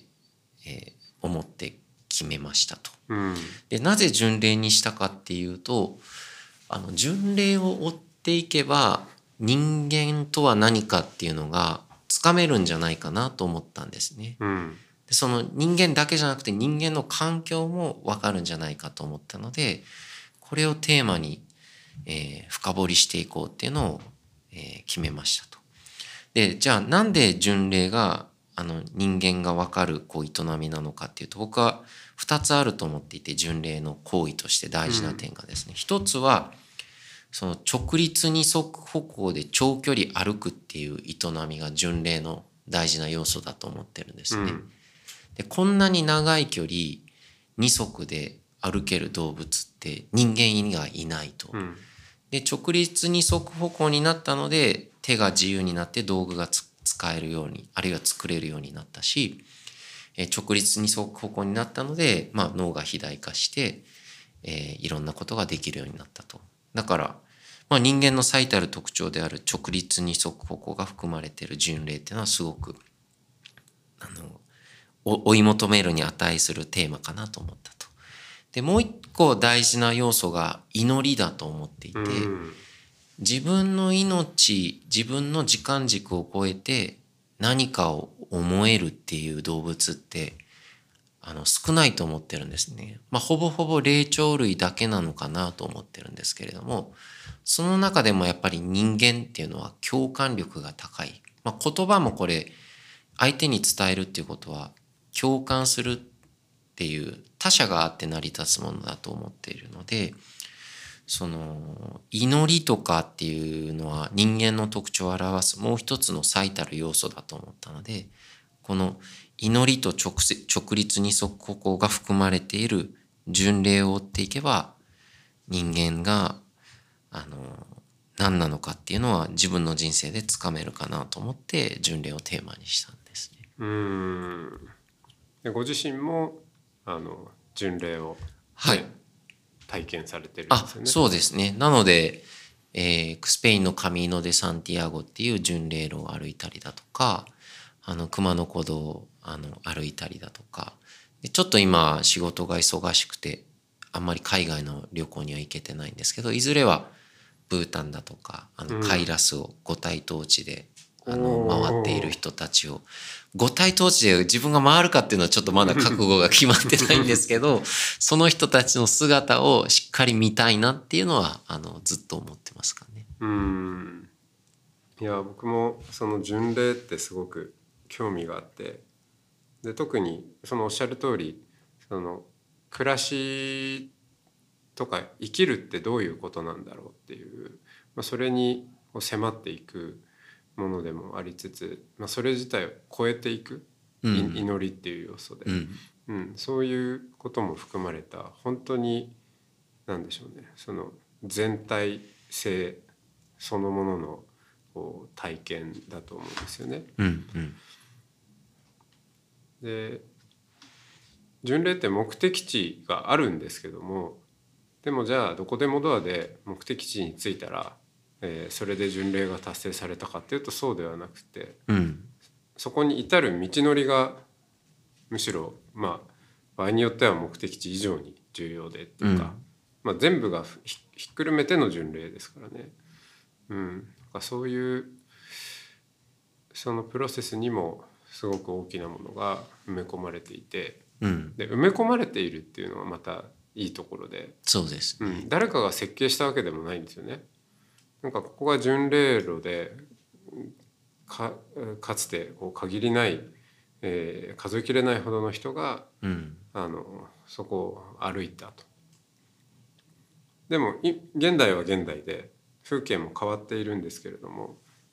えー思って決めましたと。 うん、 でなぜ巡礼にしたかっていうと、あの巡礼を追っていけば人間とは何かっていうのがつかめるんじゃないかなと思ったんですね。 うん、 でその人間だけじゃなくて人間の環境も分かるんじゃないかと思ったので、これをテーマに、えー深掘りしていこうっていうのを、えー決めましたと。でじゃあなんで巡礼があの人間が分かるこう営みなのかっていうと、僕はふたつあると思っていて、巡礼の行為として大事な点がですね、一つはその直立二足歩行で長距離歩くっていう営みが巡礼の大事な要素だと思ってるんですね。 うん、 でこんなに長い距離二足で歩ける動物って人間以外いないと。 うん、 で直立二足歩行になったので手が自由になって道具がつ使えるように、あるいは作れるようになったし、えー直立二足歩行になったので、まあ、脳が肥大化して、えーいろんなことができるようになったと。だから、まあ、人間の最たる特徴である直立二足歩行が含まれている巡礼っていうのはすごくあのお追い求めるに値するテーマかなと思ったと。でもう一個大事な要素が祈りだと思っていて、 うん、 自分の命、自分の時間軸を超えて何かを思えるっていう動物ってあの少ないと思ってるんですね。まあほぼほぼ霊長類だけなのかなと思ってるんですけれども、その中でもやっぱり人間っていうのは共感力が高い。まあ、言葉もこれ相手に伝えるっていうことは共感するっていう他者があって成り立つものだと思っているので、その祈りとかっていうのは人間の特徴を表すもう一つの最たる要素だと思ったので、この祈りと直接直立二足歩行が含まれている巡礼を追っていけば、人間があの何なのかっていうのは自分の人生でつかめるかなと思って巡礼をテーマにしたんですね。 うん。でご自身もあの巡礼を、ね、 はい体験されてるんであすよね。 そうですね。なので、えースペインのカミーノ・デ・サンティアゴっていう巡礼路を歩いたりだとか、あの熊野古道をあの歩いたりだとかで、ちょっと今仕事が忙しくてあんまり海外の旅行には行けてないんですけど、いずれはブータンだとかあのカイラスを五体統治で、あの回っている人たちを五体統治で自分が回るかっていうのはちょっとまだ覚悟が決まってないんですけどその人たちの姿をしっかり見たいなっていうのはあのずっと思ってますかね。 うん。いや僕もその巡礼ってすごく興味があって、で特にそのおっしゃる通り、その暮らしとか生きるってどういうことなんだろうっていう、まあ、それにこう迫っていくものでもありつつ、まあ、それ自体を超えていく、 うん、 い祈りっていう要素で、 うんうん、そういうことも含まれた本当に何でしょうね、その全体性そのもののこう体験だと思うんですよね。 うんうんで巡礼って目的地があるんですけども、でもじゃあどこでもドアで目的地に着いたら、えーそれで巡礼が達成されたかっていうとそうではなくて、 うんそこに至る道のりがむしろまあ場合によっては目的地以上に重要でっていうか、 うんまあ、全部がひひっくるめての巡礼ですからね。うん、なんかそういうそのプロセスにもすごく大きなものが埋め込まれていて、 うんで埋め込まれているっていうのはまたいいところで、 そうですね。 うん、誰かが設計したわけでもないんですよね。なんかここが巡礼路でかかつてこう限りない、えー数えきれないほどの人がうんあのそこを歩いたと。でもい現代は現代で風景も変わっているんですけれども、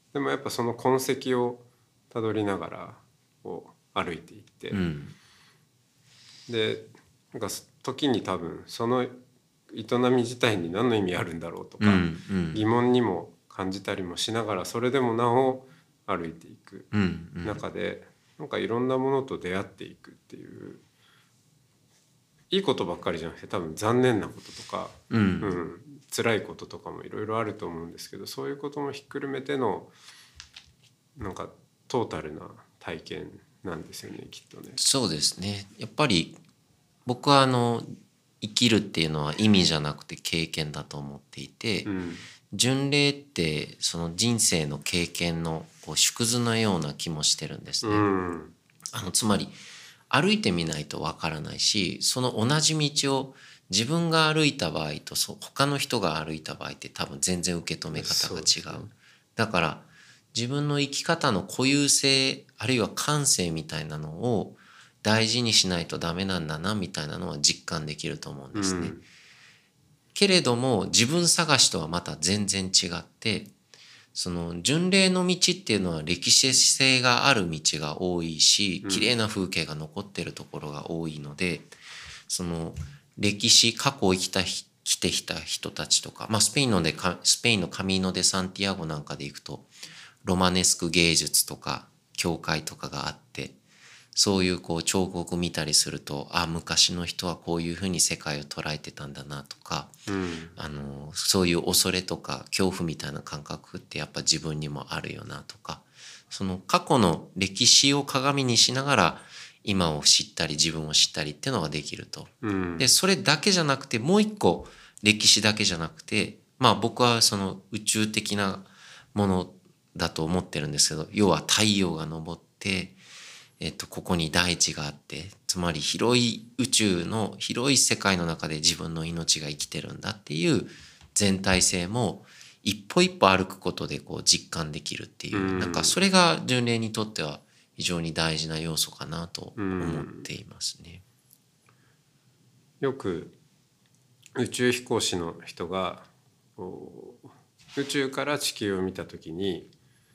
でもやっぱその痕跡をたどりながらこう歩いていって、 うん、 でなんか時に多分その営み自体に何の意味あるんだろうとか、 うんうん、 疑問にも感じたりもしながら、それでもなお歩いていくうんうん、 中で、なんかいろんなものと出会っていくっていう、いいことばっかりじゃなくて多分残念なこととか、 うんうん、辛いこととかもいろいろあると思うんですけど、そういうこともひっくるめてのなんかトータルな体験なんですよね、きっとね。 そうですね。やっぱり僕はあの生きるっていうのは意味じゃなくて経験だと思っていて、 うん、 巡礼ってその人生の経験のこう縮図のような気もしてるんですうね。 ん、 あのつまり歩いてみないとわからないし、その同じ道を自分が歩いた場合とそ他の人が歩いた場合って多分全然受け止め方が違う。 そうですね。 だから自分の生き方の固有性あるいは感性みたいなのを大事にしないとダメなんだなみたいなのは実感できると思うんですね。 うん、 けれども自分探しとはまた全然違って、その巡礼の道っていうのは歴史性がある道が多いし、綺麗な風景が残ってるところが多いので、その歴史過去を生きた来てきた人たちとか、まあ、スペインのでスペインのカミーノ・デ・サンティアゴなんかで行くとロマネスク芸術とか教会とかがあって、そういうこう彫刻見たりすると、あ、昔の人はこういうふうに世界を捉えてたんだなとか、 うん、 あのそういう恐れとか恐怖みたいな感覚ってやっぱ自分にもあるよなとか、その過去の歴史を鏡にしながら今を知ったり自分を知ったりっていうのができると。 うん、 でそれだけじゃなくてもう一個歴史だけじゃなくて、まあ僕はその宇宙的なものだと思ってるんですけど、要は太陽が昇って、えっと、ここに大地があって、つまり広い宇宙の広い世界の中で自分の命が生きてるんだっていう全体性も一歩一歩歩くことでこう実感できるっていう、 うん、 なんかそれが巡礼にとっては非常に大事な要素かなと思っていますね。 よく宇宙飛行士の人が宇宙から地球を見た時に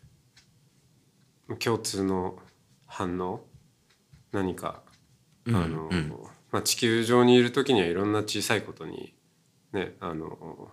共通の反応、何か、 うんあの、 うんまあ、地球上にいる時にはいろんな小さいことにね、あの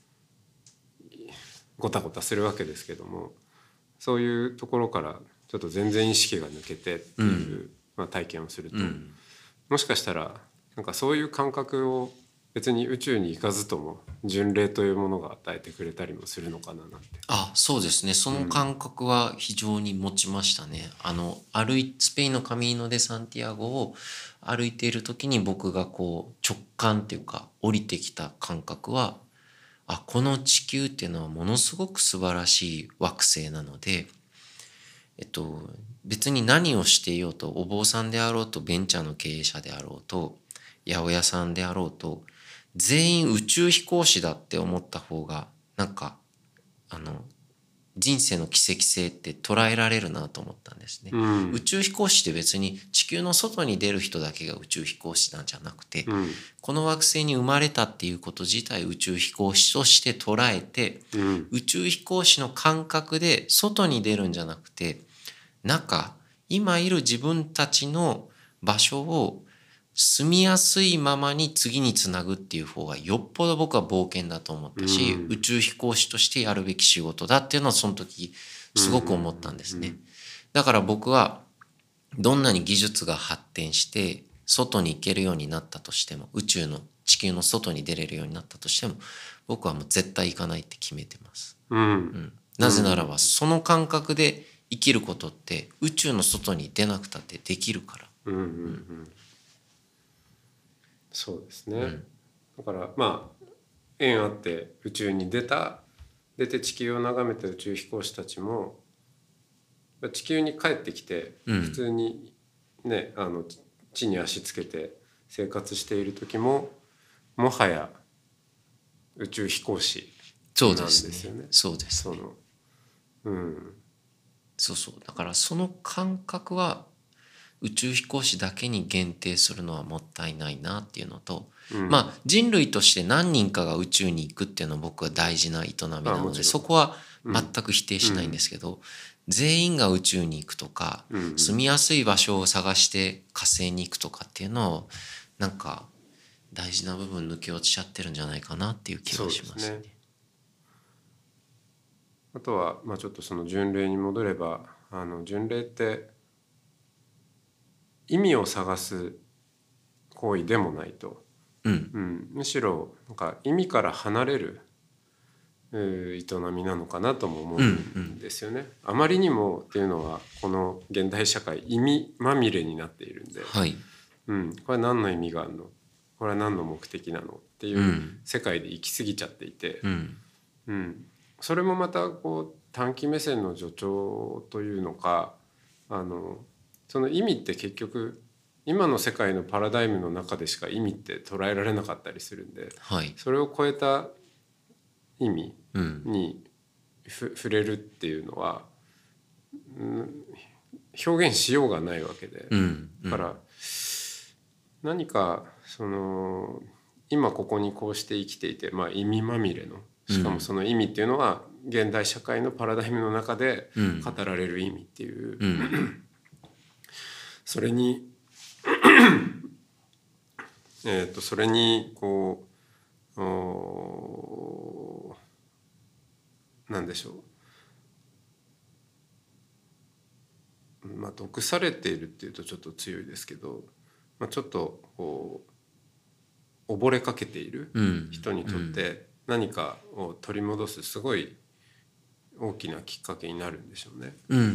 ごたごたするわけですけども、そういうところからちょっと全然意識が抜けてっていう、うん、まあ、体験をすると、うん、もしかしたらなんかそういう感覚を別に宇宙に行かずとも巡礼というものが与えてくれたりもするのかななんて。 あ、そうですね。その感覚は非常に持ちましたね。うん、あの歩いスペインのカミーノ・デ・サンティアゴを歩いている時に僕がこう直感っていうか降りてきた感覚は、あ、この地球っていうのはものすごく素晴らしい惑星なので、えっと別に何をしていようと、お坊さんであろうとベンチャーの経営者であろうと八百屋さんであろうと全員宇宙飛行士だって思った方がなんかあの人生の奇跡性って捉えられるなと思ったんですね。うん、宇宙飛行士って別に地球の外に出る人だけが宇宙飛行士なんじゃなくて、うん、この惑星に生まれたっていうこと自体宇宙飛行士として捉えて、うん、宇宙飛行士の感覚で外に出るんじゃなくて、中今いる自分たちの場所を住みやすいままに次につなぐっていう方がよっぽど僕は冒険だと思ったし、うん、宇宙飛行士としてやるべき仕事だっていうのはその時すごく思ったんですね。うんうん、だから僕はどんなに技術が発展して外に行けるようになったとしても、宇宙の地球の外に出れるようになったとしても、僕はもう絶対行かないって決めてます。うんうん、なぜならばその感覚で生きることって宇宙の外に出なくたってできるから。 うんうんうんうん、そうですね、うん、だからまあ縁あって宇宙に出た出て地球を眺めた宇宙飛行士たちも地球に帰ってきて普通にね、うん、あの地に足つけて生活している時ももはや宇宙飛行士なんですよね。 そうですね。そうですね。 その、うん、 そうそう。だからその感覚は宇宙飛行士だけに限定するのはもったいないなっていうのと、うん、まあ人類として何人かが宇宙に行くっていうのは僕は大事な営みなので、そこは全く否定しないんですけど、うん、全員が宇宙に行くとか、うんうん、住みやすい場所を探して火星に行くとかっていうのをなんか大事な部分抜け落ちちゃってるんじゃないかなっていう気がしますね。 そうですね。あとは、まあ、ちょっとその巡礼に戻れば、あの巡礼って意味を探す行為でもないと、 うんうん、むしろなんか意味から離れる営みなのかなとも思うんですよね。うんうん、あまりにもっていうのはこの現代社会意味まみれになっているんで、 はい、 うん、これは何の意味があるの、これは何の目的なのっていう世界で行き過ぎちゃっていて、 うんうん、それもまたこう短期目線の助長というのか、あのその意味って結局今の世界のパラダイムの中でしか意味って捉えられなかったりするんで、 はい、 それを超えた意味にふ、うん、触れるっていうのは、うん、表現しようがないわけで、 うんうん、 だから何かその今ここにこうして生きていて、まあ、意味まみれの、しかもその意味っていうのは現代社会のパラダイムの中で語られる意味っていう、うん、それにえっとそれにこうなんでしょう、まあ毒されているっていうとちょっと強いですけど、まあ、ちょっとこう溺れかけている人にとって何かを取り戻すすごい大きなきっかけになるんでしょうね。 うんうん、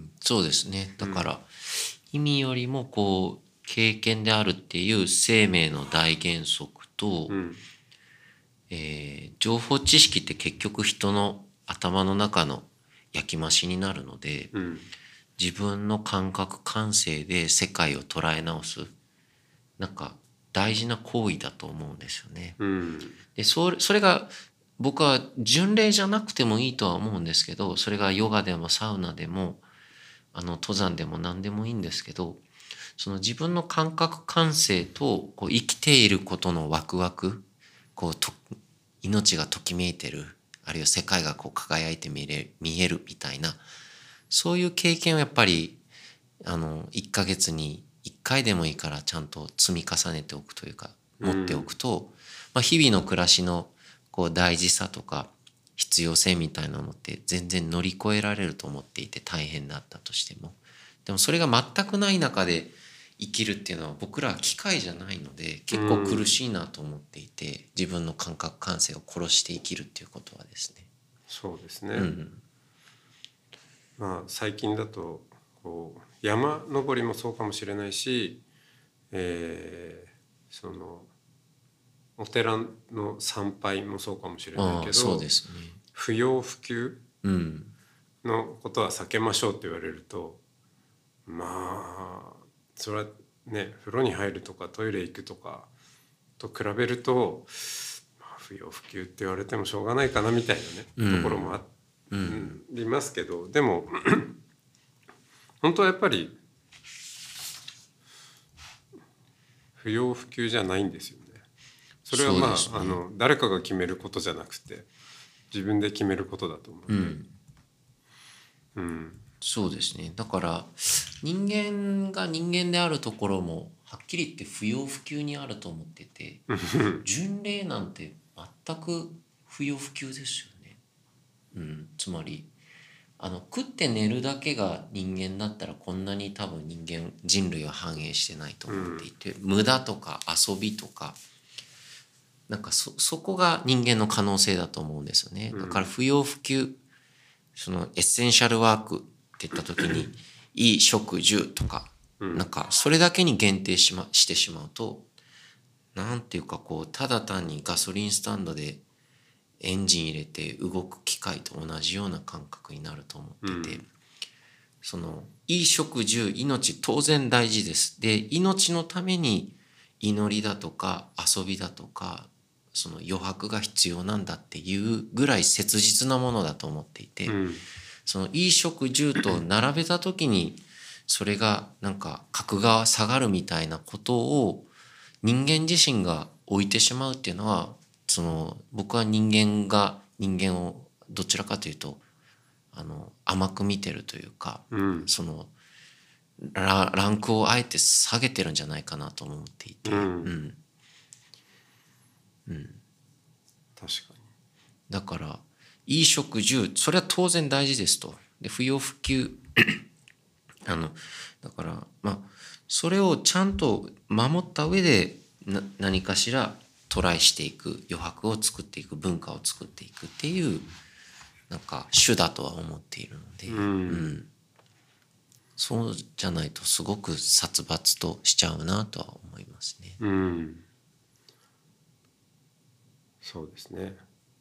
そうですね。だから、うん、意味よりもこう経験であるっていう生命の大原則と、うん、えー、情報知識って結局人の頭の中の焼き増しになるので、うん、自分の感覚感性で世界を捉え直すなんか大事な行為だと思うんですよね。うん、でそれ、それが僕は巡礼じゃなくてもいいとは思うんですけど、それがヨガでもサウナでもあの登山でも何でもいいんですけど、その自分の感覚感性とこう生きていることのワクワク、こうと命がときめいてる、あるいは世界がこう輝いて見れ見えるみたいな、そういう経験をやっぱりあのいっかげつにいっかいでもいいからちゃんと積み重ねておくというか持っておくと、うん、まあ、日々の暮らしのこう大事さとか必要性みたいなのって全然乗り越えられると思っていて、大変だったとしても。でもそれが全くない中で生きるっていうのは僕らは機械じゃないので結構苦しいなと思っていて、うん、自分の感覚感性を殺して生きるっていうことはですね。 そうですね、うん、まあ最近だとこう山登りもそうかもしれないし、えー、そのお寺の参拝もそうかもしれないけど、 そうですね、 不要不急のことは避けましょうって言われると、まあそれはね、風呂に入るとかトイレ行くとかと比べると、まあ、不要不急って言われてもしょうがないかなみたいなね、うん、ところもありますけど、でも本当はやっぱり不要不急じゃないんですよね。それはまあ、ね、あの誰かが決めることじゃなくて自分で決めることだと思う、うんうん、そうですね。だから人間が人間であるところもはっきり言って不要不急にあると思ってて巡礼なんて全く不要不急ですよね、うん、つまりあの食って寝るだけが人間だったらこんなに多分人間人類は繁栄してないと思っていて、うん、無駄とか遊びとかなんか そ, そこが人間の可能性だと思うんですよね。だから不要不急、そのエッセンシャルワークって言った時に衣食住とか、うん、なんかそれだけに限定し、ま、してしまうとなんていうかこうただ単にガソリンスタンドでエンジン入れて動く機械と同じような感覚になると思ってて、うん、その衣食住命当然大事です。で命のために祈りだとか遊びだとかその余白が必要なんだっていうぐらい切実なものだと思っていて、うん、その衣食住と並べた時にそれがなんか格が下がるみたいなことを人間自身が置いてしまうっていうのはその僕は人間が人間をどちらかというとあの甘く見てるというか、 うん、 そのラ、ランクをあえて下げてるんじゃないかなと思っていて、 うんうんうん、 確かに。 だから衣食住それは当然大事ですと。で不要不急あのだからまあそれをちゃんと守った上でな何かしらトライしていく余白を作っていく文化を作っていくっていうなんか主だとは思っているので、 うんうん、そうじゃないとすごく殺伐としちゃうなとは思いますね。 うん、そうですね。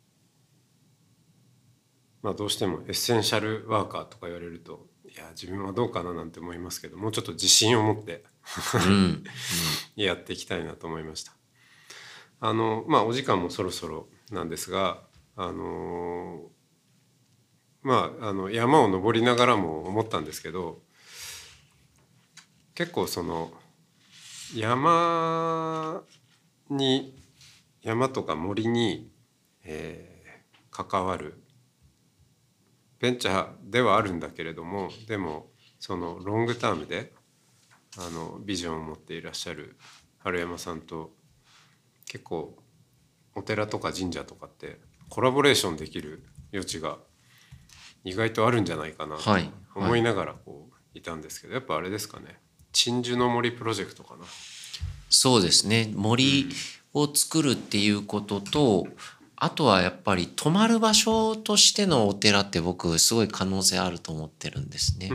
まあどうしてもエッセンシャルワーカーとか言われると、いや自分はどうかななんて思いますけど、もうちょっと自信を持ってうん、 やっていきたいなと思いました。あのまあお時間もそろそろなんですが、あのまああの山を登りながらも思ったんですけど、結構その山に山とか森に、えー関わるベンチャーではあるんだけれども、でもそのロングタームであのビジョンを持っていらっしゃる春山さんと結構お寺とか神社とかってコラボレーションできる余地が意外とあるんじゃないかなとはい思いながらこういたんですけど、やっぱあれですかね、鎮守の森プロジェクトかな。 そうですね。森を作るっていうことと、あとはやっぱり泊まる場所としてのお寺って僕すごい可能性あると思ってるんですね。 うん、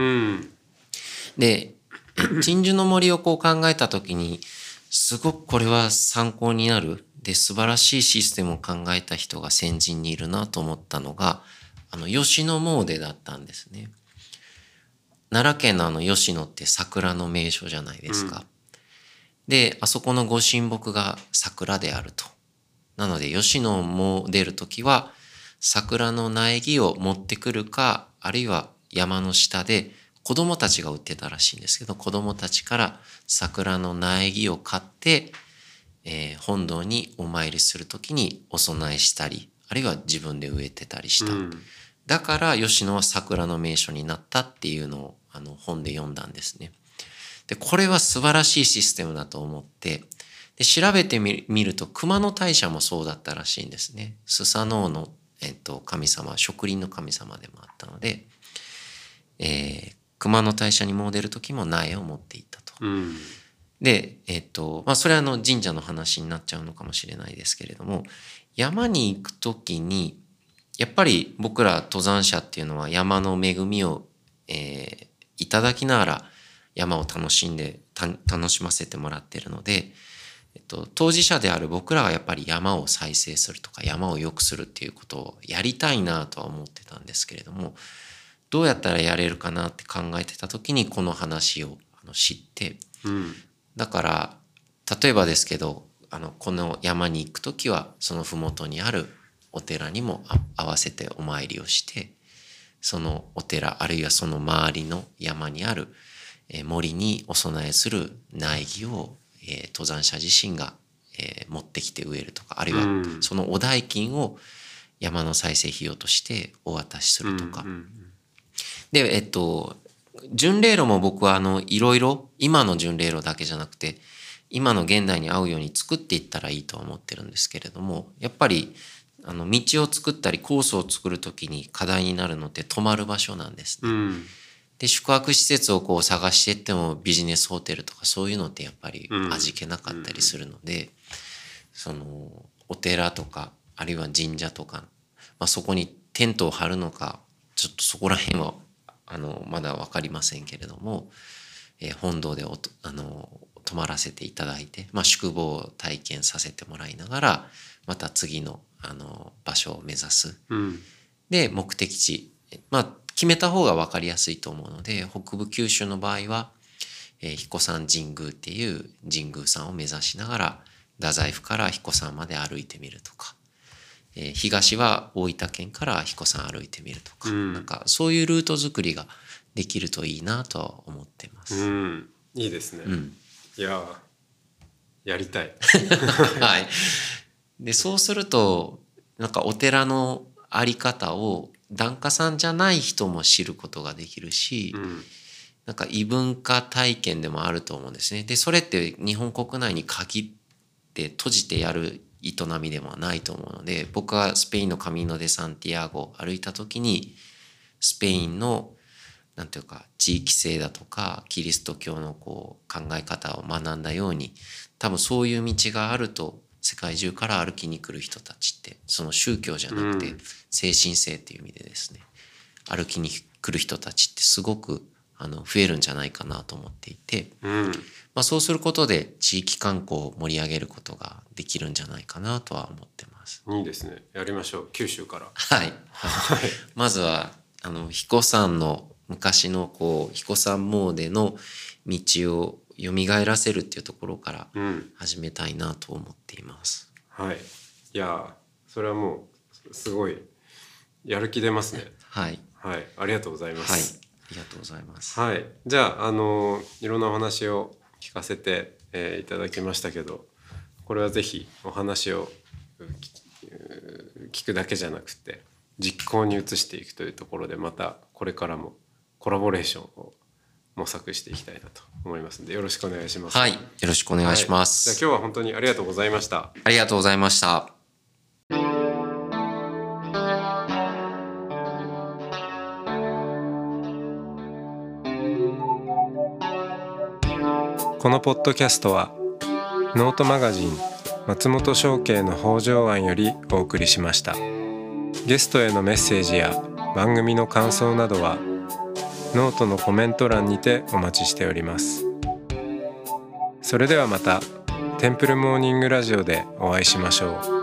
で、え鎮守の森をこう考えた時にすごくこれは参考になるで素晴らしいシステムを考えた人が先人にいるなと思ったのがあの吉野詣だったんですね。奈良県のあの吉野って桜の名所じゃないですか。 うんで、あそこのご神木が桜であると。なので、吉野も出るときは、桜の苗木を持ってくるか、あるいは山の下で子供たちが売ってたらしいんですけど、子供たちから桜の苗木を買って、えー本堂にお参りするときにお供えしたり、あるいは自分で植えてたりした。 うん、 だから吉野は桜の名所になったっていうのをあの本で読んだんですね。で、これは素晴らしいシステムだと思って、で、調べてみると、熊野大社もそうだったらしいんですね。スサノオの、えっと、神様、植林の神様でもあったので、えー、熊野大社に詣でる時も苗を持っていったと。 うん、 で、えっと、まあ、それはあの神社の話になっちゃうのかもしれないですけれども、山に行く時に、やっぱり僕ら登山者っていうのは山の恵みを、えーいただきながら山を楽しんでた楽しませてもらってるので、えっと、当事者である僕らはやっぱり山を再生するとか山を良くするっていうことをやりたいなとは思ってたんですけれども、どうやったらやれるかなって考えてた時にこの話をあの知って、 うん、 だから例えばですけど、あのこの山に行く時はその麓にあるお寺にも合わせてお参りをして、そのお寺あるいはその周りの山にある森にお供えする苗木を、えー、登山者自身が、えー、持ってきて植えるとか、あるいはそのお代金を山の再生費用としてお渡しするとか、 うんうん、 でえっと巡礼路も僕はあのいろいろ今の巡礼路だけじゃなくて今の現代に合うように作っていったらいいとは思ってるんですけれども、やっぱりあの道を作ったりコースを作る時に課題になるのって泊まる場所なんですね。 うん、 で宿泊施設をこう探していってもビジネスホテルとかそういうのってやっぱり味気なかったりするので、うん、そのお寺とかあるいは神社とか、まあ、そこにテントを張るのかちょっとそこら辺はあのまだ分かりませんけれども、えー、本堂でおとあの泊まらせていただいて、まあ、宿坊を体験させてもらいながらまた次のあの場所を目指す、 うん、 で目的地、まあ決めた方が分かりやすいと思うので、北部九州の場合は、えー、彦山神宮っていう神宮さんを目指しながら太宰府から彦山まで歩いてみるとか、えー、東は大分県から彦山歩いてみるとか、うん、なんかそういうルート作りができるといいなとは思ってます。 うん、いいですね。うん、いややりたい。 はい。でそうするとなんかお寺のあり方を檀家さんじゃない人も知ることができるし、 うん、 なんか異文化体験でもあると思うんですね。でそれって日本国内に限って閉じてやる営みでもないと思うので、僕はスペインのカミーノ・デ・サンティアゴ歩いた時にスペインのなんていうか地域性だとかキリスト教のこう考え方を学んだように、多分そういう道があると世界中から歩きに来る人たちって、その宗教じゃなくて精神性っていう意味でですね、歩きに来る人たちってすごくあの増えるんじゃないかなと思っていて、 うん、 まあ、そうすることで地域観光を盛り上げることができるんじゃないかなとは思ってます。 いいですね。やりましょう、九州から。 はい、はい、まずはあの英彦山の昔のこう英彦山詣の道を蘇らせるっていうところから始めたいなと思っています。 うん、はい。いやそれはもうすごいやる気出ますね。 はい、 はい、ありがとうございます。 はい、ありがとうございます。 はい、じゃああのいろんなお話を聞かせて、えー、いただきましたけど、これはぜひお話を聞くだけじゃなくて実行に移していくというところで、またこれからもコラボレーションを模索していきたいなと思いますので、よろしくお願いします。 はい、よろしくお願いします。 はい、じゃあ今日は本当にありがとうございました。 ありがとうございました。 このポッドキャストはノートマガジン松本商家の北条庵よりお送りしました。ゲストへのメッセージや番組の感想などはノートのコメント欄にてお待ちしております。それではまたテンプルモーニングラジオでお会いしましょう。